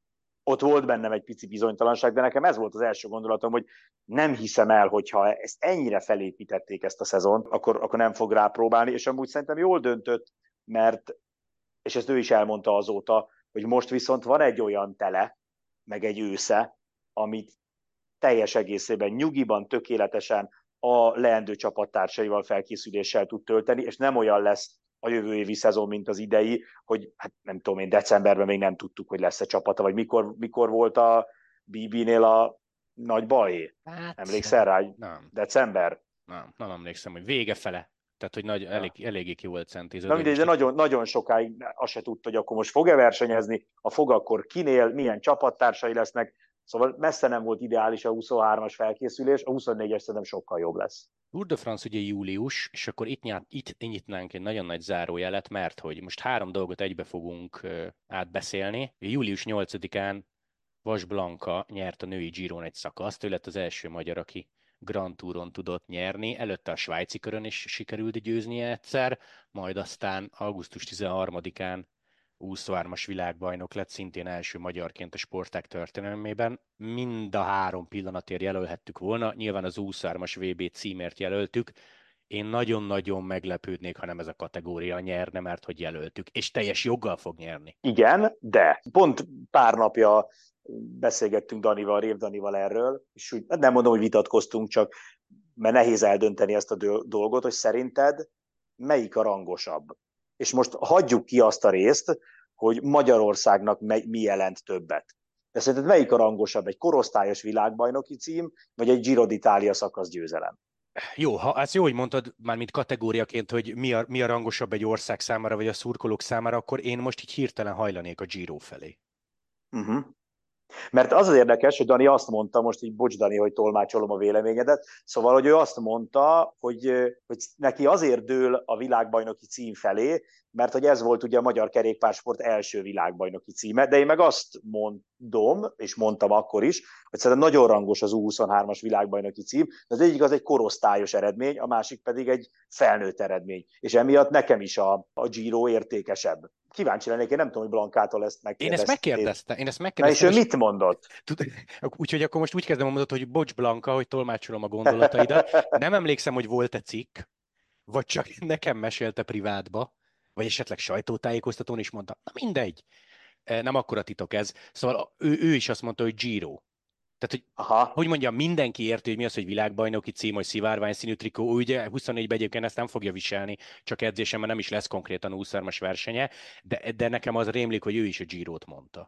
S2: Ott volt bennem egy pici bizonytalanság, de nekem ez volt az első gondolatom, hogy nem hiszem el, hogyha ezt ennyire felépítették ezt a szezont, akkor, akkor nem fog rápróbálni, és amúgy szerintem jól döntött, mert, és ezt ő is elmondta azóta, hogy most viszont van egy olyan tele, meg egy ősze, amit teljes egészében nyugiban, tökéletesen a leendő csapattársaival felkészüléssel tud tölteni, és nem olyan lesz a jövő évi szezon, mint az idei, hogy hát nem tudom én, decemberben még nem tudtuk, hogy lesz-e csapata, vagy mikor, mikor volt a bé bé-nél a nagy baj.
S1: Hát,
S2: Emlékszel rá?
S1: nem,
S2: December?
S1: nem, nem emlékszem, hogy vége fele. Tehát, hogy nagy,
S2: Ja.
S1: elég, eléggé ki volt
S2: Na
S1: centéződve, hogy
S2: mindegy, de
S1: most
S2: nagyon, nagyon sokáig azt se tudta, hogy akkor most fog-e versenyezni, ha fog, akkor kinél, milyen csapattársai lesznek. Szóval messze nem volt ideális a huszonhármas felkészülés, a huszonnégyes szerintem sokkal jobb lesz.
S1: Tour de France ugye július, és akkor itt, nyát, itt nyitnánk egy nagyon nagy zárójelet, mert hogy most három dolgot egybe fogunk ö, átbeszélni. július nyolcadikán Vas Blanca nyert a női Giron egy szakaszt, ő lett az első magyar, aki Grand Touron tudott nyerni, előtte a svájci körön is sikerült győznie egyszer, majd aztán augusztus tizenharmadikán huszonhármas világbajnok lett, szintén első magyarként a sportág történelmében. Mind a három pillanatért jelölhettük volna, nyilván az huszonhármas vé bé címért jelöltük. Én nagyon-nagyon meglepődnék, ha nem ez a kategória nyerne, mert hogy jelöltük, és teljes joggal fog nyerni.
S2: Igen, de pont pár napja beszélgettünk Danival, Rév Danival erről, és úgy, nem mondom, hogy vitatkoztunk, csak mert nehéz eldönteni ezt a dolgot, hogy szerinted melyik a rangosabb. És most hagyjuk ki azt a részt, hogy Magyarországnak mi jelent többet. De szerinted melyik a rangosabb? Egy korosztályos világbajnoki cím, vagy egy Giro d'Italia szakasz győzelem?
S1: Jó, ha ezt jó, hogy mondtad, már mint kategóriaként, hogy mi a, mi a rangosabb egy ország számára, vagy a szurkolók számára, akkor én most így hirtelen hajlanék a Giro felé.
S2: Uh-huh. Mert az az érdekes, hogy Dani azt mondta, most így bocs Dani, hogy tolmácsolom a véleményedet, szóval, hogy ő azt mondta, hogy, hogy neki azért dől a világbajnoki cím felé, mert hogy ez volt ugye a magyar kerékpársport első világbajnoki címe, de én meg azt mondom, és mondtam akkor is, hogy szerintem nagyon rangos az U huszonhármas világbajnoki cím, de az egyik az egy korosztályos eredmény, a másik pedig egy felnőtt eredmény, és emiatt nekem is a, a Giro értékesebb. Kíváncsi lennék, én nem tudom, hogy Blankától ezt
S1: Én ezt
S2: megkérdezték.
S1: megkérdeztem, én ezt
S2: Na és
S1: megkérdeztem,
S2: ő
S1: és,
S2: mit mondott?
S1: úgyhogy akkor most úgy kezdem a mondatot, hogy bocs Blanka, hogy tolmácsolom a gondolataidat. Nem emlékszem, hogy volt-e cikk, vagy csak nekem mesélte privátba, vagy esetleg sajtótájékoztatón is mondta, na mindegy, nem akkora titok ez. Szóval ő, ő is azt mondta, hogy Giro. Tehát, hogy,
S2: Aha.
S1: hogy mondjam, mindenki érti, hogy mi az, hogy világbajnoki cím, hogy szivárvány színű trikó. Ő ugye huszonnégyben egyébként ezt nem fogja viselni, csak edzésen, mert nem is lesz konkrétan huszonhármas versenye, de, de nekem az rémlik, hogy ő is a Girót mondta.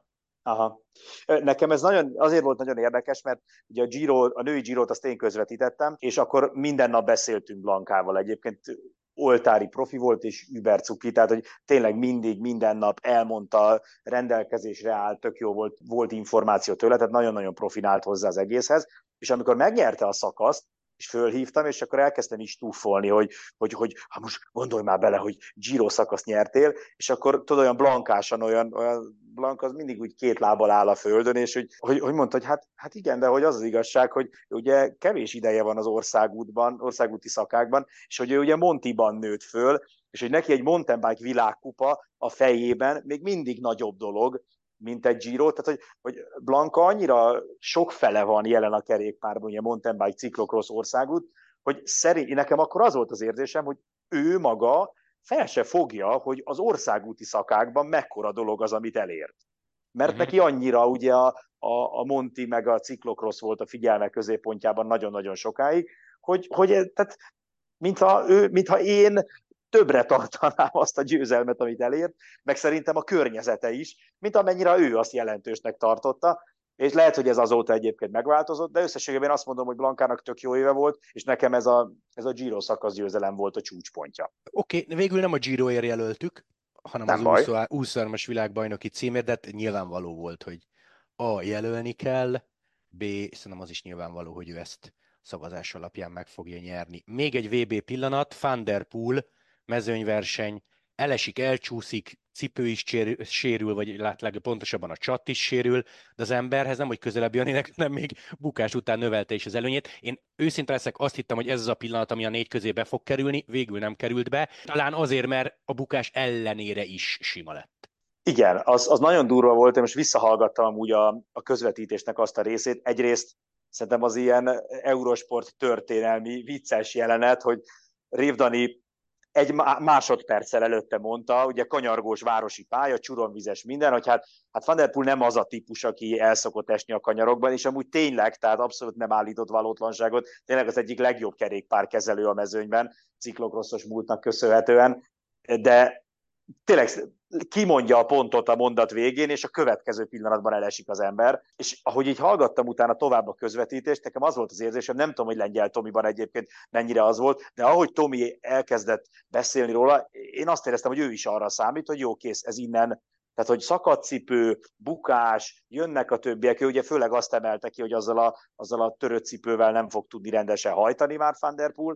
S2: Aha. Nekem ez nagyon, azért volt nagyon érdekes, mert ugye a, Giro, a női Girot azt én közvetítettem, és akkor minden nap beszéltünk Blankával. Egyébként oltári profi volt, és übercuki, tehát hogy tényleg mindig, minden nap elmondta, rendelkezésre állt, tök jó volt, volt információ tőle, tehát nagyon-nagyon profin állt hozzá az egészhez, és amikor megnyerte a szakaszt, és fölhívtam, és akkor elkezdtem is túfolni, hogy, hogy, hogy ha most gondolj már bele, hogy Giro szakaszt nyertél, és akkor tudod, olyan blankásan, olyan, olyan Blank az mindig úgy két lábbal áll a földön, és hogy, hogy, hogy mondta, hogy hát, hát igen, de hogy az az igazság, hogy ugye kevés ideje van az országútban, országúti szakákban, és hogy ő ugye Montiban nőtt föl, és hogy neki egy mountain bike világkupa a fejében még mindig nagyobb dolog, mint egy Giro, tehát hogy, hogy Blanka annyira sok fele van jelen a kerékpárban, ugye mountain bike, ciklokrosz, országút, hogy szerint, nekem akkor az volt az érzésem, hogy ő maga fel se fogja, hogy az országúti szakákban mekkora dolog az, amit elért. Mert
S1: Uh-huh.
S2: neki annyira ugye a, a, a Monti meg a ciklokrosz volt a figyelme középpontjában nagyon-nagyon sokáig, hogy, hogy tehát, mintha, ő, mintha én többre tartanám azt a győzelmet, amit elért, meg szerintem a környezete is, mint amennyire ő azt jelentősnek tartotta, és lehet, hogy ez azóta egyébként megváltozott, de összességében azt mondom, hogy Blankának tök jó éve volt, és nekem ez a, ez a Giro szakasz győzelem volt a csúcspontja.
S1: Oké, okay, végül nem a Giroért jelöltük, hanem az
S2: Nem baj.
S1: huszas másvilágbajnoki címért, de hát nyilvánvaló volt, hogy A. jelölni kell, B. szerintem az is nyilvánvaló, hogy ő ezt szavazás alapján meg fogja nyerni. Még egy vé bé pillanat, Van der Poel, mezőnyverseny, elesik, elcsúszik, cipő is csér, sérül, vagy látlag pontosabban a csat is sérül, de az emberhez nem, hogy közelebb jönnének, hanem még bukás után növelte is az előnyét. Én őszinte leszek, azt hittem, hogy ez az a pillanat, ami a négy közé be fog kerülni, végül nem került be, talán azért, mert a bukás ellenére is sima lett.
S2: Igen, az, az nagyon durva volt, én most visszahallgattam amúgy a, a közvetítésnek azt a részét. Egyrészt szerintem az ilyen Eurosport történelmi vicces jelenet, hogy Rév Dani egy másodperccel előtte mondta, ugye kanyargós városi pálya, csuromvizes minden, hogy hát, hát Van der Poel nem az a típus, aki el szokott esni a kanyarokban, és amúgy tényleg, tehát abszolút nem állított valótlanságot, tényleg az egyik legjobb kerékpárkezelő a mezőnyben, ciklokrosszos múltnak köszönhetően, de tényleg kimondja a pontot a mondat végén, és a következő pillanatban elesik az ember. És ahogy így hallgattam utána tovább a közvetítést, nekem az volt az érzésem, nem tudom, hogy Lengyel Tomiban egyébként mennyire az volt, de ahogy Tomi elkezdett beszélni róla, én azt éreztem, hogy ő is arra számít, hogy jó, kész, ez innen, tehát, hogy szakadcipő, bukás, jönnek a többiek, ő ugye főleg azt emelte ki, hogy azzal a, azzal a törött cipővel nem fog tudni rendesen hajtani már Van der Poel,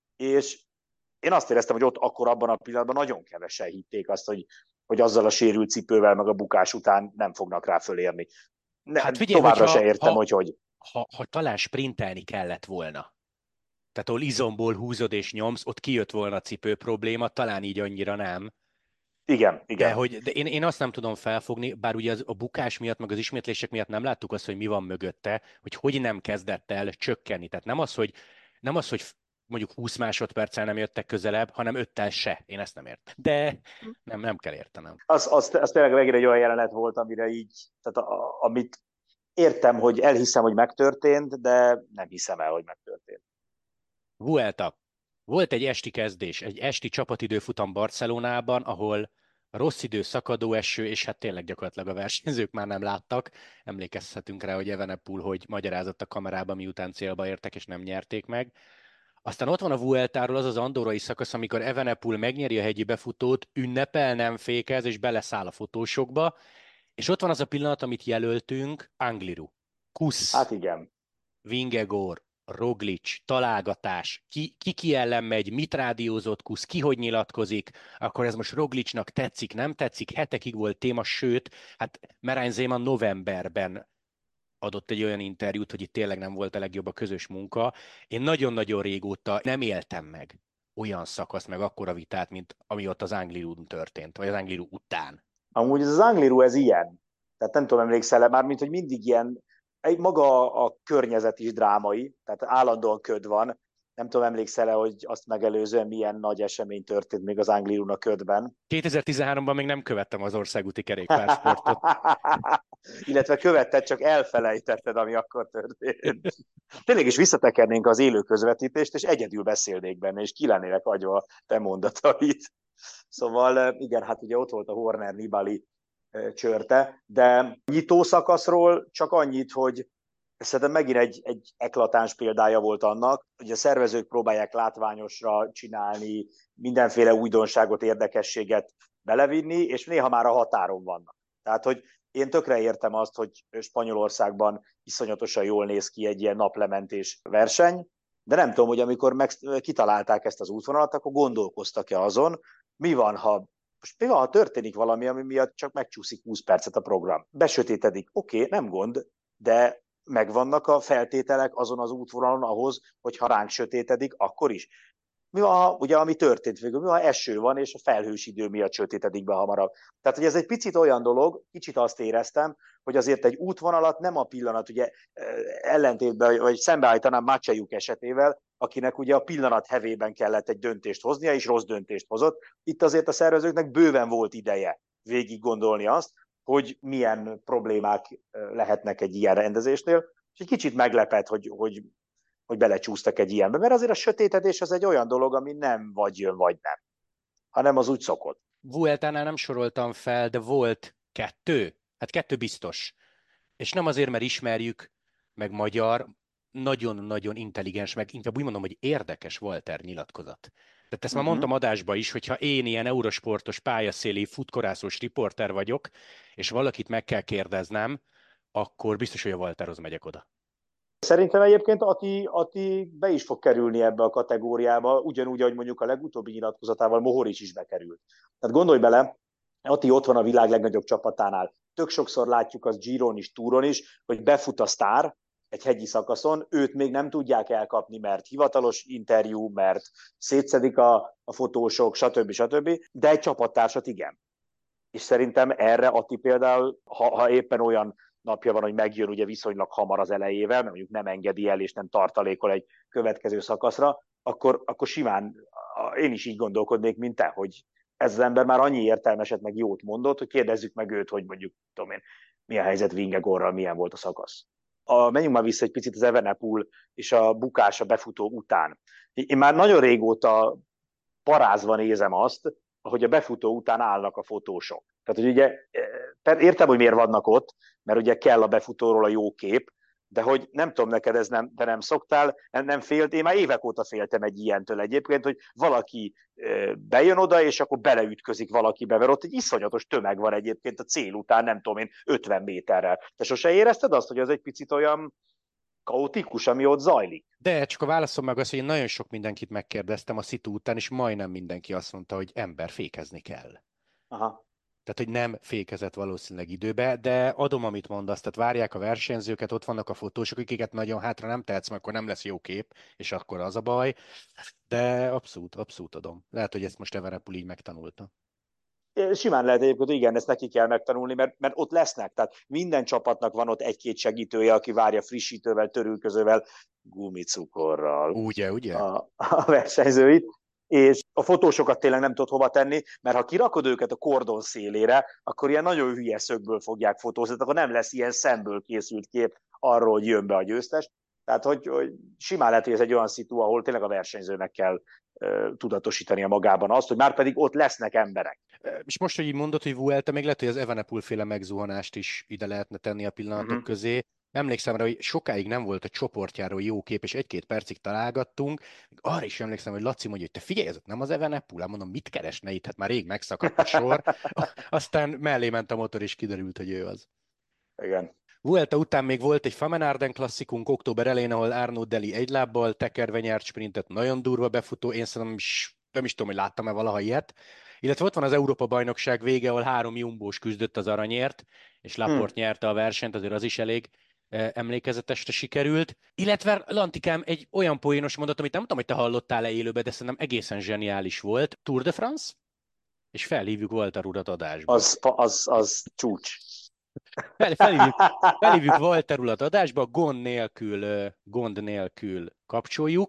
S2: és én azt éreztem, hogy ott akkor abban a pillanatban nagyon kevesen hitték azt, hogy, hogy azzal a sérült cipővel, meg a bukás után nem fognak rá fölérni. Ne,
S1: Hát figyelj,
S2: továbbra
S1: hogyha
S2: se értem,
S1: ha,
S2: hogy hogy.
S1: ha, ha talán sprintelni kellett volna, tehát ahol izomból húzod és nyomsz, ott kijött volna a cipő probléma, talán így annyira nem.
S2: Igen,
S1: De,
S2: igen.
S1: hogy, de én, én azt nem tudom felfogni, bár ugye az, a bukás miatt, meg az ismétlések miatt nem láttuk azt, hogy mi van mögötte, hogy hogy nem kezdett el csökkenni. Tehát nem az, hogy, nem az, hogy mondjuk húsz másodperccel nem jöttek közelebb, hanem öttel se. Én ezt nem értem. De nem, nem kell értenem.
S2: Az, az, az tényleg megint egy olyan jelenet volt, amire így, tehát a, a, amit értem, hogy elhiszem, hogy megtörtént, de nem hiszem el, hogy megtörtént.
S1: Vuelta. Volt egy esti kezdés, egy esti csapatidőfutam Barcelonában, ahol rossz idő, szakadó eső, és hát tényleg gyakorlatilag a versenyzők már nem láttak. Emlékezhetünk rá, hogy Evenepoel, hogy magyarázott a kamerába, miután célba értek, és nem nyerték meg. Aztán ott van a Vueltáról az az andorrai szakasz, amikor Evenepoel megnyeri a hegyi befutót, ünnepel, nem fékez, és beleszáll a fotósokba. És ott van az a pillanat, amit jelöltünk, Angliru. Kusz.
S2: Hát igen.
S1: Vingegor, Roglic, találgatás, ki, ki ki ellen megy, mit rádiózott Kusz, ki hogy nyilatkozik, akkor ez most Roglicnak tetszik, nem tetszik, hetekig volt téma, sőt, hát Merány Zéman novemberben adott egy olyan interjút, hogy itt tényleg nem volt a legjobb a közös munka. Én nagyon-nagyon régóta nem éltem meg olyan szakaszt, meg akkora vitát, mint ami ott az Anglirun történt, vagy az Angliru után.
S2: Amúgy ez az Angliru, ez ilyen. Tehát nem tudom, emlékszel-e már, mint hogy mindig ilyen, egy maga a környezet is drámai, tehát állandóan köd van. Nem tudom, emlékszel-e, hogy azt megelőzően milyen nagy esemény történt még az Anglirun a ködben.
S1: kétezer-tizenháromban még nem követtem az országúti kerékpársportot.
S2: Illetve követted, csak elfelejtetted, ami akkor történt. Tényleg is visszatekernénk az élő közvetítést, és egyedül beszélnék benne, és ki lennének agyva a te mondatait. Szóval igen, hát ugye ott volt a Horner Nibali csörte, de nyitó szakaszról csak annyit, hogy szerintem megint egy, egy eklatáns példája volt annak, hogy a szervezők próbálják látványosra csinálni, mindenféle újdonságot, érdekességet belevinni, és néha már a határon vannak. Tehát, hogy én tökre értem azt, hogy Spanyolországban iszonyatosan jól néz ki egy ilyen naplementés verseny, de nem tudom, hogy amikor meg kitalálták ezt az útvonalat, akkor gondolkoztak-e azon, mi van, ha most mi van, ha történik valami, ami miatt csak megcsúszik húsz percet a program. Besötétedik, oké, okay, nem gond, de megvannak a feltételek azon az útvonalon ahhoz, hogy ha ránk sötétedik, akkor is. Mi van, ha, ugye, ami történt végül, mi van, ha eső van, és a felhős idő miatt sötétedik be hamarabb. Tehát, hogy ez egy picit olyan dolog, kicsit azt éreztem, hogy azért egy útvonalat nem a pillanat, ugye ellentétben, vagy szembeállítanám Macsejuk esetével, akinek ugye a pillanat hevében kellett egy döntést hoznia, és rossz döntést hozott. Itt azért a szervezőknek bőven volt ideje végig gondolni azt, hogy milyen problémák lehetnek egy ilyen rendezésnél, és egy kicsit meglepett, hogy, hogy, hogy belecsúsztak egy ilyenbe, mert azért a sötétedés az egy olyan dolog, ami nem vagy jön, vagy nem, hanem az úgy szokott.
S1: Vueltánál nem soroltam fel, de volt kettő, hát kettő biztos. És nem azért, mert ismerjük, meg magyar, nagyon-nagyon intelligens, meg inkább úgy mondom, hogy érdekes Walter nyilatkozat. Tehát ezt már
S2: Uh-huh.
S1: mondtam adásba is, hogyha én ilyen eurosportos, pályaszéli, futkorászós riporter vagyok, és valakit meg kell kérdeznem, akkor biztos, hogy a Walterhoz megyek oda.
S2: Szerintem egyébként Ati, Ati be is fog kerülni ebbe a kategóriába, ugyanúgy, ahogy mondjuk a legutóbbi nyilatkozatával Mohorics is bekerült. Tehát gondolj bele, Ati ott van a világ legnagyobb csapatánál. Tök sokszor látjuk az Giron is, Touron is, hogy befut a sztár egy hegyi szakaszon, őt még nem tudják elkapni, mert hivatalos interjú, mert szétszedik a, a fotósok, stb. stb. De egy csapattársat igen. És szerintem erre Ati például, ha, ha éppen olyan napja van, hogy megjön ugye viszonylag hamar az elejével, mert mondjuk nem engedi el és nem tartalékol egy következő szakaszra, akkor, akkor simán én is így gondolkodnék, mint te, hogy ez az ember már annyi értelmeset meg jót mondott, hogy kérdezzük meg őt, hogy mondjuk, tudom én, milyen helyzet Vingegorral, milyen volt a szakasz. A, menjünk már vissza egy picit az Evenepoel és a bukás a befutó után. Én már nagyon régóta parázva nézem azt, hogy a befutó után állnak a fotósok. Tehát, hogy ugye, értem, hogy miért vannak ott, mert ugye kell a befutóról a jó kép, de hogy nem tudom neked, ez nem, de nem szoktál, nem, nem félt, én már évek óta féltem egy ilyentől egyébként, hogy valaki bejön oda, és akkor beleütközik valakibe, mert ott egy iszonyatos tömeg van egyébként a cél után, nem tudom én, ötven méterrel. Te sose érezted azt, hogy az egy picit olyan kaotikus, ami ott zajlik?
S1: De csak a válaszom meg az, hogy én nagyon sok mindenkit megkérdeztem a szitu után, és majdnem mindenki azt mondta, hogy ember, fékezni kell.
S2: Aha.
S1: Tehát, hogy nem fékezett valószínűleg időbe, de adom, amit mondasz, tehát várják a versenyzőket, ott vannak a fotósok, akiket nagyon hátra nem tehetsz, mert akkor nem lesz jó kép, és akkor az a baj. De abszolút, abszolút adom. Lehet, hogy ezt most Evenepoel így megtanulta.
S2: Simán lehet egyébként, hogy igen, ezt neki kell megtanulni, mert, mert ott lesznek. Tehát minden csapatnak van ott egy-két segítője, aki várja frissítővel, törülközővel, gumicukorral
S1: Ugye, ugye?
S2: a, a versenyzőit, és a fotósokat tényleg nem tudod hova tenni, mert ha kirakod őket a kordon szélére, akkor ilyen nagyon hülye szögből fogják fotózni, akkor nem lesz ilyen szemből készült kép arról, hogy jön be a győztes. Tehát, hogy, hogy simán lehet, hogy ez egy olyan szitu, ahol tényleg a versenyzőnek kell uh, tudatosítania magában azt, hogy már pedig ott lesznek emberek.
S1: És most, hogy így mondod, hogy Vuelta, még lehet, hogy az Evenepoel féle megzuhanást is ide lehetne tenni a pillanatok uh-huh. közé. Emlékszem rá, hogy sokáig nem volt a csoportjáról jó kép, és egy-két percig találgattunk. Arra is emlékszem, hogy Laci mondja, hogy te figyelj, ez nem az Evenepoel, mondom, mit keresne itt, hát már rég megszakadt a sor. Aztán mellé ment a motor, és kiderült, hogy ő az.
S2: Igen.
S1: Vuelta után még volt egy Van Aerden klasszikunk október elején, ahol Arnaud Deli egy lábbal tekerve nyert sprintet, nagyon durva befutó, én szerintem is, nem is tudom, hogy láttam-e valaha ilyet. Illetve ott van az Európa-bajnokság vége, ahol három jumbós küzdött az aranyért, és Laport hmm. nyerte a versenyt, azért az is elég emlékezetesre sikerült. Illetve Lantikám egy olyan poénos mondat, amit nem tudom, hogy te hallottál-e élőbe, de szerintem egészen zseniális volt. Tour de France, és felhívjuk Walter urat adásba.
S2: Az, az, az csúcs.
S1: Fel, felhívjuk, felhívjuk Walter urat adásba, gond nélkül, gond nélkül kapcsoljuk,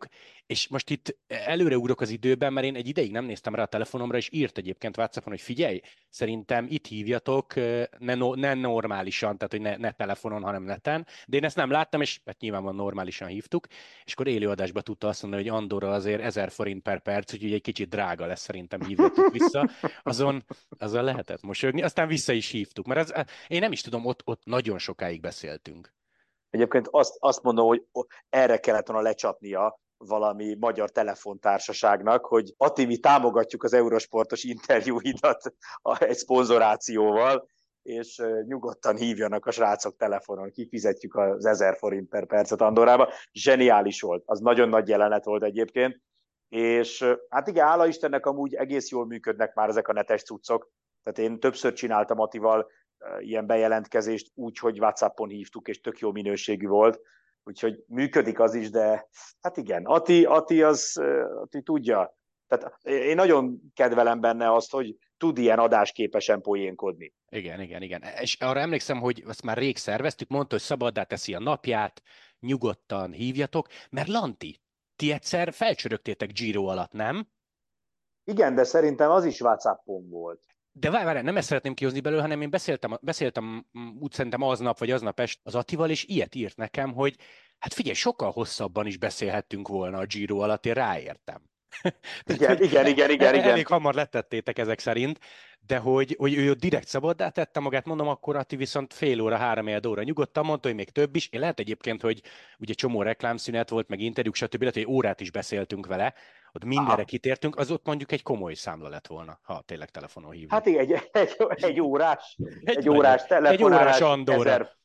S1: És most itt előreugrok az időben, mert én egy ideig nem néztem rá a telefonomra, és írt egyébként WhatsAppon, hogy figyelj, szerintem itt hívjatok, ne, no, ne normálisan, tehát hogy ne, ne telefonon, hanem neten. De én ezt nem láttam, és hát nyilvánvalóan normálisan hívtuk, és akkor élőadásban tudta azt mondani, hogy Andorra azért ezer forint per perc, úgyhogy egy kicsit drága lesz, szerintem hívjatok vissza. Azon, azon lehetett mosolyogni, aztán vissza is hívtuk, mert ez, én nem is tudom, ott, ott nagyon sokáig beszéltünk.
S2: Egyébként azt, azt mondom, hogy erre kellett volna lecsapnia valami magyar telefontársaságnak, hogy Ati, mi támogatjuk az Eurosportos interjúidat egy szponzorációval, és nyugodtan hívjanak a srácok telefonon, kifizetjük az ezer forint per percet Andorrába. Zseniális volt, az nagyon nagy jelenet volt egyébként, és hát igen, hála Istennek amúgy egész jól működnek már ezek a netes cuccok, tehát én többször csináltam Atival ilyen bejelentkezést úgy, hogy WhatsAppon hívtuk, és tök jó minőségű volt, úgyhogy működik az is, de hát igen, Ati, Ati az Ati tudja. Tehát én nagyon kedvelem benne azt, hogy tud ilyen adásképesen poénkodni.
S1: Igen, igen, igen. És arra emlékszem, hogy azt már rég szerveztük, mondta, hogy szabaddá teszi a napját, nyugodtan hívjatok, mert Lanti, ti egyszer felcsörögtétek Giro alatt, nem?
S2: Igen, de szerintem az is WhatsAppon volt.
S1: De várj, várj, nem ezt szeretném kihozni belőle, hanem én beszéltem, beszéltem mm, úgy szerintem aznap, vagy aznap est az Attival, és ilyet írt nekem, hogy hát figyelj, sokkal hosszabban is beszélhettünk volna a Giro alatt, én ráértem. Tehát,
S2: Igen,
S1: hogy
S2: igen, igen, igen,
S1: elég
S2: igen.
S1: hamar letettétek ezek szerint, de hogy, hogy ő direkt szabaddá tette magát, mondom, akkor Atti viszont fél óra, három óra nyugodtan mondta, hogy még több is. Én lehet egyébként, hogy ugye csomó reklámszünet volt, meg interjúk, stb. Lehet, hogy órát is beszéltünk vele, ott mindenre
S2: Aha.
S1: kitértünk, az ott mondjuk egy komoly számla lett volna, ha tényleg telefonon
S2: Hát
S1: hívunk.
S2: igen, egy, egy, egy órás,
S1: Egy
S2: egy
S1: nagyon,
S2: órás
S1: egy órás
S2: telefonálás,
S1: Andorra.
S2: ezer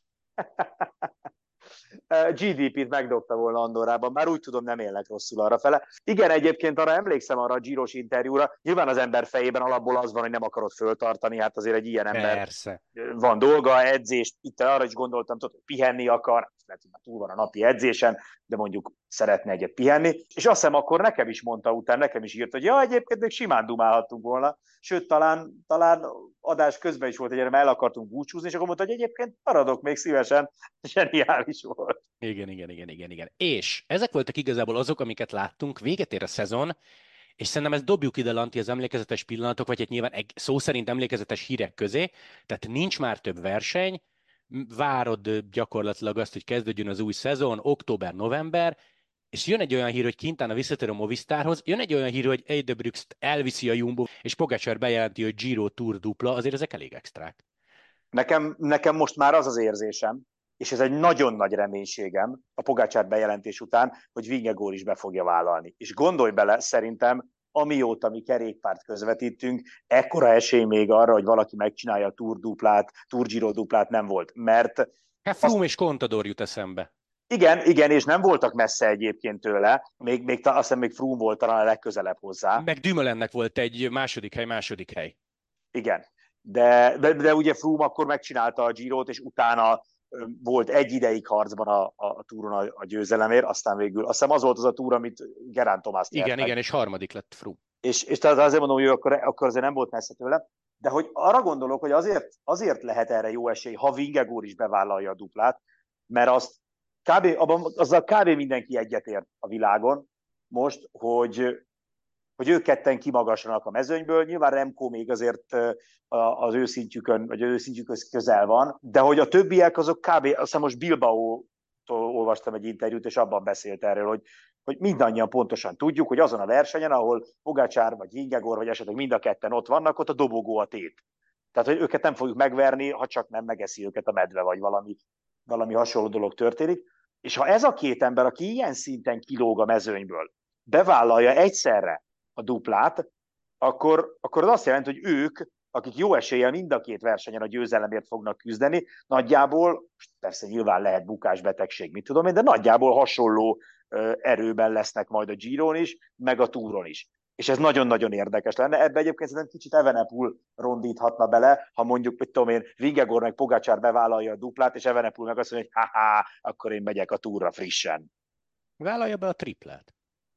S2: gé dé pét megdobta volna Andorrában, bár úgy tudom, nem élnek rosszul arra fele. Igen, egyébként arra emlékszem arra a Giros interjúra, nyilván az ember fejében alapból az van, hogy nem akarod föltartani, hát azért egy ilyen ember
S1: Persze.
S2: van dolga, edzés, itt arra is gondoltam, tudod, hogy pihenni akar, lehet, hogy már túl van a napi edzésen, de mondjuk szeretne egyet pihenni, és azt hiszem akkor nekem is mondta utána, nekem is írt, hogy ja, egyébként még simán dumálhattunk volna, sőt, talán, talán adás közben is volt egy, mert el akartunk búcsúzni, és akkor mondta, hogy egyébként maradok még szívesen, zseniális volt.
S1: Igen, igen, igen, igen, igen. És ezek voltak igazából azok, amiket láttunk, véget ér a szezon, és szerintem ezt dobjuk ide, Lanti, az emlékezetes pillanatok, vagy hát nyilván egy szó szerint emlékezetes hírek közé, tehát nincs már több verseny, várod gyakorlatilag azt, hogy kezdődjön az új szezon, október-november, és jön egy olyan hír, hogy Quintana visszatér a Movistarhoz, jön egy olyan hír, hogy Eidebrucks elviszi a Jumbo, és Pogacar bejelenti, hogy Giro Tour dupla, azért ezek elég extrák.
S2: Nekem, nekem most már az az érzésem, és ez egy nagyon nagy reménységem a Pogácsár bejelentés után, hogy Vingegaard is be fogja vállalni. És gondolj bele, szerintem amióta mi kerékpárt közvetítünk, ekkora esély még arra, hogy valaki megcsinálja a Tour duplát, Tour Giro duplát nem volt. Mert
S1: Hát
S2: azt,
S1: Froome és Contador jut eszembe.
S2: igen, igen, és nem voltak messze egyébként tőle, még, még azt hiszem még Froome volt talán a legközelebb hozzá.
S1: Meg Dümölennek volt egy második hely, második hely.
S2: Igen, de, de, de ugye Froome akkor megcsinálta a Girot, és utána volt egy ideig harcban a, a, a túron a, a győzelemért, aztán végül, azt hiszem az volt az a túr, amit Gerán Tomás nyert
S1: Igen,
S2: meg.
S1: igen, és harmadik lett Froome.
S2: És, és tehát azért mondom, hogy ő akkor, akkor azért nem volt messze tőle, de hogy arra gondolok, hogy azért, azért lehet erre jó esély, ha Vingegaard is bevállalja a duplát, mert azt kb, abban, azzal kb. Mindenki egyetért a világon most, hogy, hogy ők ketten kimagaslanak a mezőnyből. Nyilván Remco még azért az őszintjükön, vagy őszintjükhöz közel van, de hogy a többiek azok kb. Azt hiszem most Bilbao-tól olvastam egy interjút, és abban beszélt erről, hogy, hogy mindannyian pontosan tudjuk, hogy azon a versenyen, ahol Pogačar vagy Vingegaard, vagy esetleg mind a ketten ott vannak, ott a dobogó a tét. Tehát, hogy őket nem fogjuk megverni, ha csak nem megeszi őket a medve, vagy valami, valami hasonló dolog történik. És ha ez a két ember, aki ilyen szinten kilóg a mezőnyből, bevállalja egyszerre a duplát, akkor, akkor az azt jelenti, hogy ők, akik jó eséllyel mind a két versenyen a győzelemért fognak küzdeni, nagyjából, persze nyilván lehet bukásbetegség, mit tudom én, de nagyjából hasonló erőben lesznek majd a Giron is, meg a Touron is. És ez nagyon-nagyon érdekes lenne. Ebbe egyébként szerintem kicsit Evenepoel rondíthatna bele, ha mondjuk, mit tudom én, Vingegaard meg Pogačar bevállalja a duplát, és Evenepoel meg azt mondja, hogy ha akkor én megyek a Tourra frissen.
S1: Vállalja be a triplát.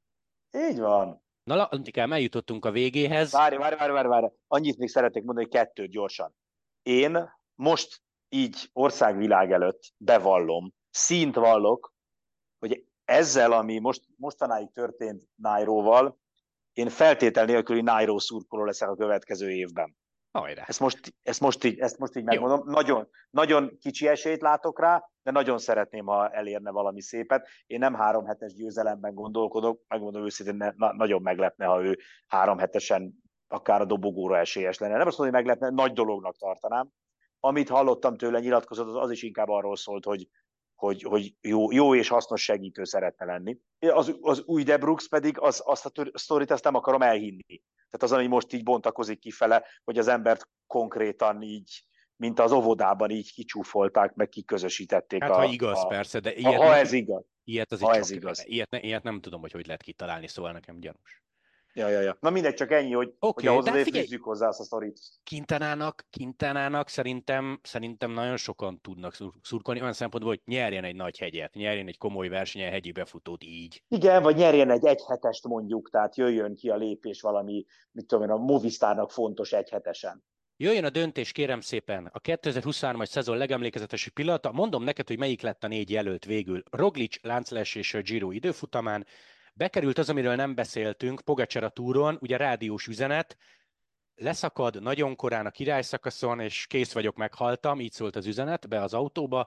S2: Így van.
S1: Na, Lantikám, eljutottunk a végéhez.
S2: Várj, várj, várj, várj, várj. Annyit még szeretnék mondani, hogy kettőt gyorsan. Én most így országvilág előtt bevallom, színt vallok, hogy ezzel, ami most, mostanáig történt Nairoval, én feltétel nélküli Nairo szurkoló leszek a következő évben.
S1: Hajrá.
S2: Ezt most, ezt most, így, ezt most így
S1: Jó.
S2: megmondom. Nagyon, nagyon kicsi esélyt látok rá, de nagyon szeretném, ha elérne valami szépet. Én nem három hetes győzelemben gondolkodok, megmondom őszintén, ne, na, nagyon meglepne, ha ő három hetesen akár a dobogóra esélyes lenne. Nem azt mondom, hogy meglepne, nagy dolognak tartanám. Amit hallottam tőle nyilatkozott, az is inkább arról szólt, hogy, hogy, hogy jó, jó és hasznos segítő szeretne lenni. Az, az új De Brooks pedig az, azt a sztorit azt nem akarom elhinni. Tehát az, ami most így bontakozik kifele, hogy az embert konkrétan így, mint az óvodában így kicsúfolták, meg kiközösítették.
S1: Hát
S2: a,
S1: ha igaz,
S2: a,
S1: persze, de
S2: ha,
S1: ilyet,
S2: ha
S1: nem,
S2: ez igaz.
S1: ilyet azért
S2: Ha
S1: csak,
S2: ez igaz.
S1: ilyet, ne, ilyet nem tudom, hogy hogy lehet kitalálni, szóval nekem gyanús.
S2: Ja, ja, ja. Na mindegy, csak ennyi, hogy,
S1: Oké,
S2: hogy
S1: okay,
S2: ahhoz
S1: de hát
S2: azért
S1: figyelj,
S2: fűzzük hozzá azt a sztorit.
S1: Kintanának, Kintanának szerintem, szerintem nagyon sokan tudnak szur- szurkolni, olyan szempontból, hogy nyerjen egy nagy hegyet, nyerjen egy komoly versenyen hegyi befutót így.
S2: Igen, vagy nyerjen egy egyhetest mondjuk, tehát jöjjön ki a lépés valami, mit tudom én, a Movistarnak fontos egyhetesen.
S1: Jöjjön a döntés, kérem szépen, a kétezer-huszonhármas szezon legemlékezetesebb pillanata. Mondom neked, hogy melyik lett a négy jelölt végül. Roglic, Láncles és Giro időfutamán. Bekerült az, amiről nem beszéltünk, Pogačar a túron, ugye rádiós üzenet, leszakad nagyon korán a királyszakaszon, és kész vagyok, meghaltam, így szólt az üzenet, be az autóba.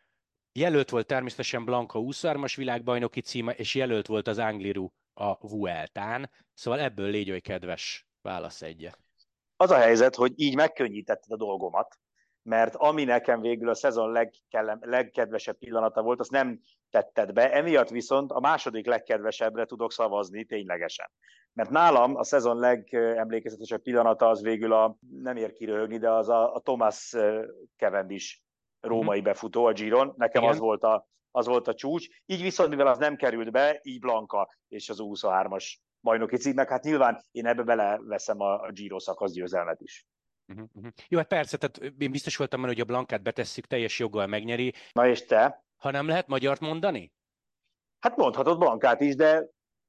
S1: Jelölt volt természetesen Blanca huszonhármas világbajnoki címe, és jelölt volt az Angliru a Vueltán, szóval ebből légy oly kedves, válasz egyet.
S2: Az a helyzet, hogy így megkönnyítetted a dolgomat, mert ami nekem végül a szezon legkellem, legkedvesebb pillanata volt, azt nem tetted be, emiatt viszont a második legkedvesebbre tudok szavazni ténylegesen. Mert nálam a szezon legemlékezetesebb pillanata az végül a, nem ér kiröhögni, de az a, a Thomas Cavendish római uh-huh. befutó a Giron, nekem az volt a, az volt a csúcs. Így viszont, mivel az nem került be, így Blanca és az huszonhármas bajnoki címnek, hát nyilván én ebbe beleveszem a, a Giro szakasz győzelmet is.
S1: Uh-huh, uh-huh. Jó, hát persze, tehát én biztos voltam benne, hogy a Blancát betesszük, teljes joggal megnyeri.
S2: Na és te?
S1: Ha nem lehet magyart mondani?
S2: Hát mondhatod Blancát is, de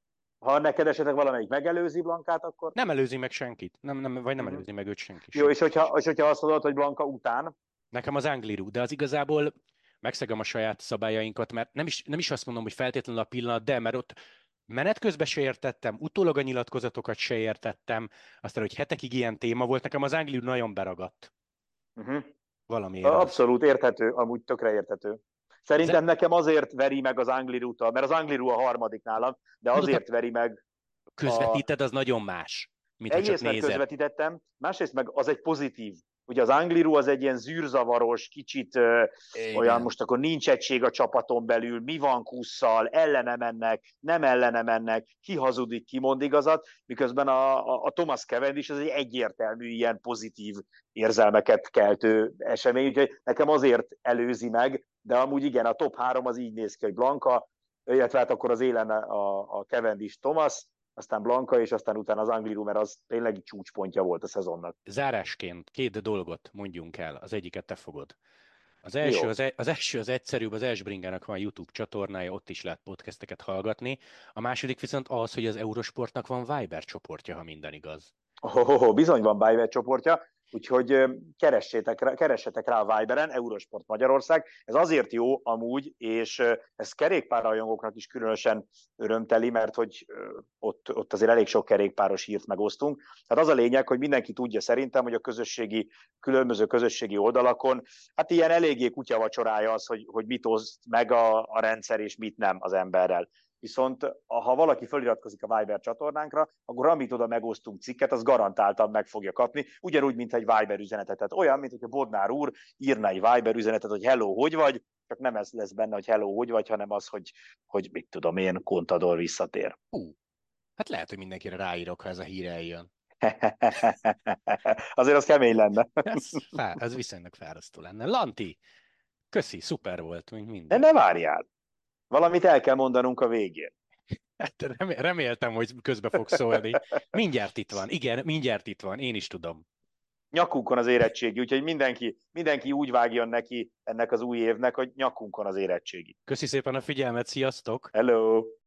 S2: ha neked esetleg valamelyik megelőzi Blancát, akkor...
S1: Nem előzi meg senkit, nem, nem, vagy nem
S2: uh-huh.
S1: előzi meg őt senki.
S2: Jó, és hogyha, és hogyha azt mondod, hogy Blanca után?
S1: Nekem az Angliru, de az igazából megszegem a saját szabályainkat, mert nem is, nem is azt mondom, hogy feltétlenül a pillanat, de mert ott menet közben se értettem, utólag a nyilatkozatokat se értettem, aztán, hogy hetekig ilyen téma volt, nekem az Angliru nagyon beragadt.
S2: Uh-huh.
S1: Valamiért
S2: Abszolút az. Érthető, amúgy tökre érthető. Szerintem
S1: Ez...
S2: nekem azért veri meg az Angliru-t, mert az Angliru a harmadik nálam, de azért veri meg...
S1: Közvetíted, a... az nagyon más, mint
S2: egyrészt
S1: ha csak
S2: meg
S1: nézed.
S2: Közvetítettem, másrészt meg az egy pozitív. Ugye az Angliru az egy ilyen zűrzavaros, kicsit ö, olyan, most akkor nincs egység a csapaton belül, mi van Kusszal, ellene mennek, nem ellene mennek, ki hazudik, ki mond igazat, miközben a, a, a Thomas Cavendish az egy egyértelmű ilyen pozitív érzelmeket keltő esemény, úgyhogy nekem azért előzi meg, de amúgy igen, a top három az így néz ki, hogy Blanca, illetve hát akkor az élen a, a Cavendish Thomas, aztán Blanca, és aztán utána az Angliru, mert az tényleg csúcspontja volt a szezonnak.
S1: Zárásként két dolgot mondjunk el, az egyiket te fogod. Az első az, e- az első az egyszerűbb, az Esbringának van YouTube csatornája, ott is lehet podcasteket hallgatni. A második viszont az, hogy az Eurosportnak van Viber csoportja, ha minden igaz.
S2: Oh, oh, oh, bizony van Viber csoportja, úgyhogy keressétek, keressetek rá a Viberen, Eurosport Magyarország. Ez azért jó amúgy, és ez kerékpárrajongóknak is különösen örömteli, mert hogy ott, ott azért elég sok kerékpáros hírt megosztunk. Tehát az a lényeg, hogy mindenki tudja szerintem, hogy a közösségi, különböző közösségi oldalakon, hát ilyen eléggé kutyavacsorája az, hogy, hogy mit oszt meg a, a rendszer, és mit nem az emberrel. Viszont ha valaki feliratkozik a Viber csatornánkra, akkor amit oda megosztunk cikket, az garantáltan meg fogja kapni, ugyanúgy, mint egy Viber üzenetet. Tehát olyan, mint hogyha Bodnár úr írna egy Viber üzenetet, hogy hello, hogy vagy, csak nem ez lesz benne, hogy hello, hogy vagy, hanem az, hogy, hogy mit tudom én, Contador visszatér.
S1: Hú, hát lehet, hogy mindenkire ráírok, ha ez a hír eljön.
S2: Azért az kemény lenne.
S1: ez, fá, ez viszonylag fárasztó lenne. Lanti, köszi, szuper volt, mint mindig.
S2: De ne várjál! Valamit el kell mondanunk a végén.
S1: Hát reméltem, hogy közbe fog szólni. Mindjárt itt van. Igen, mindjárt itt van. Én is tudom.
S2: Nyakunkon az érettségi, úgyhogy mindenki, mindenki úgy vágjon neki ennek az új évnek, hogy nyakunkon az érettségi.
S1: Köszi szépen a figyelmet, sziasztok!
S2: Hello!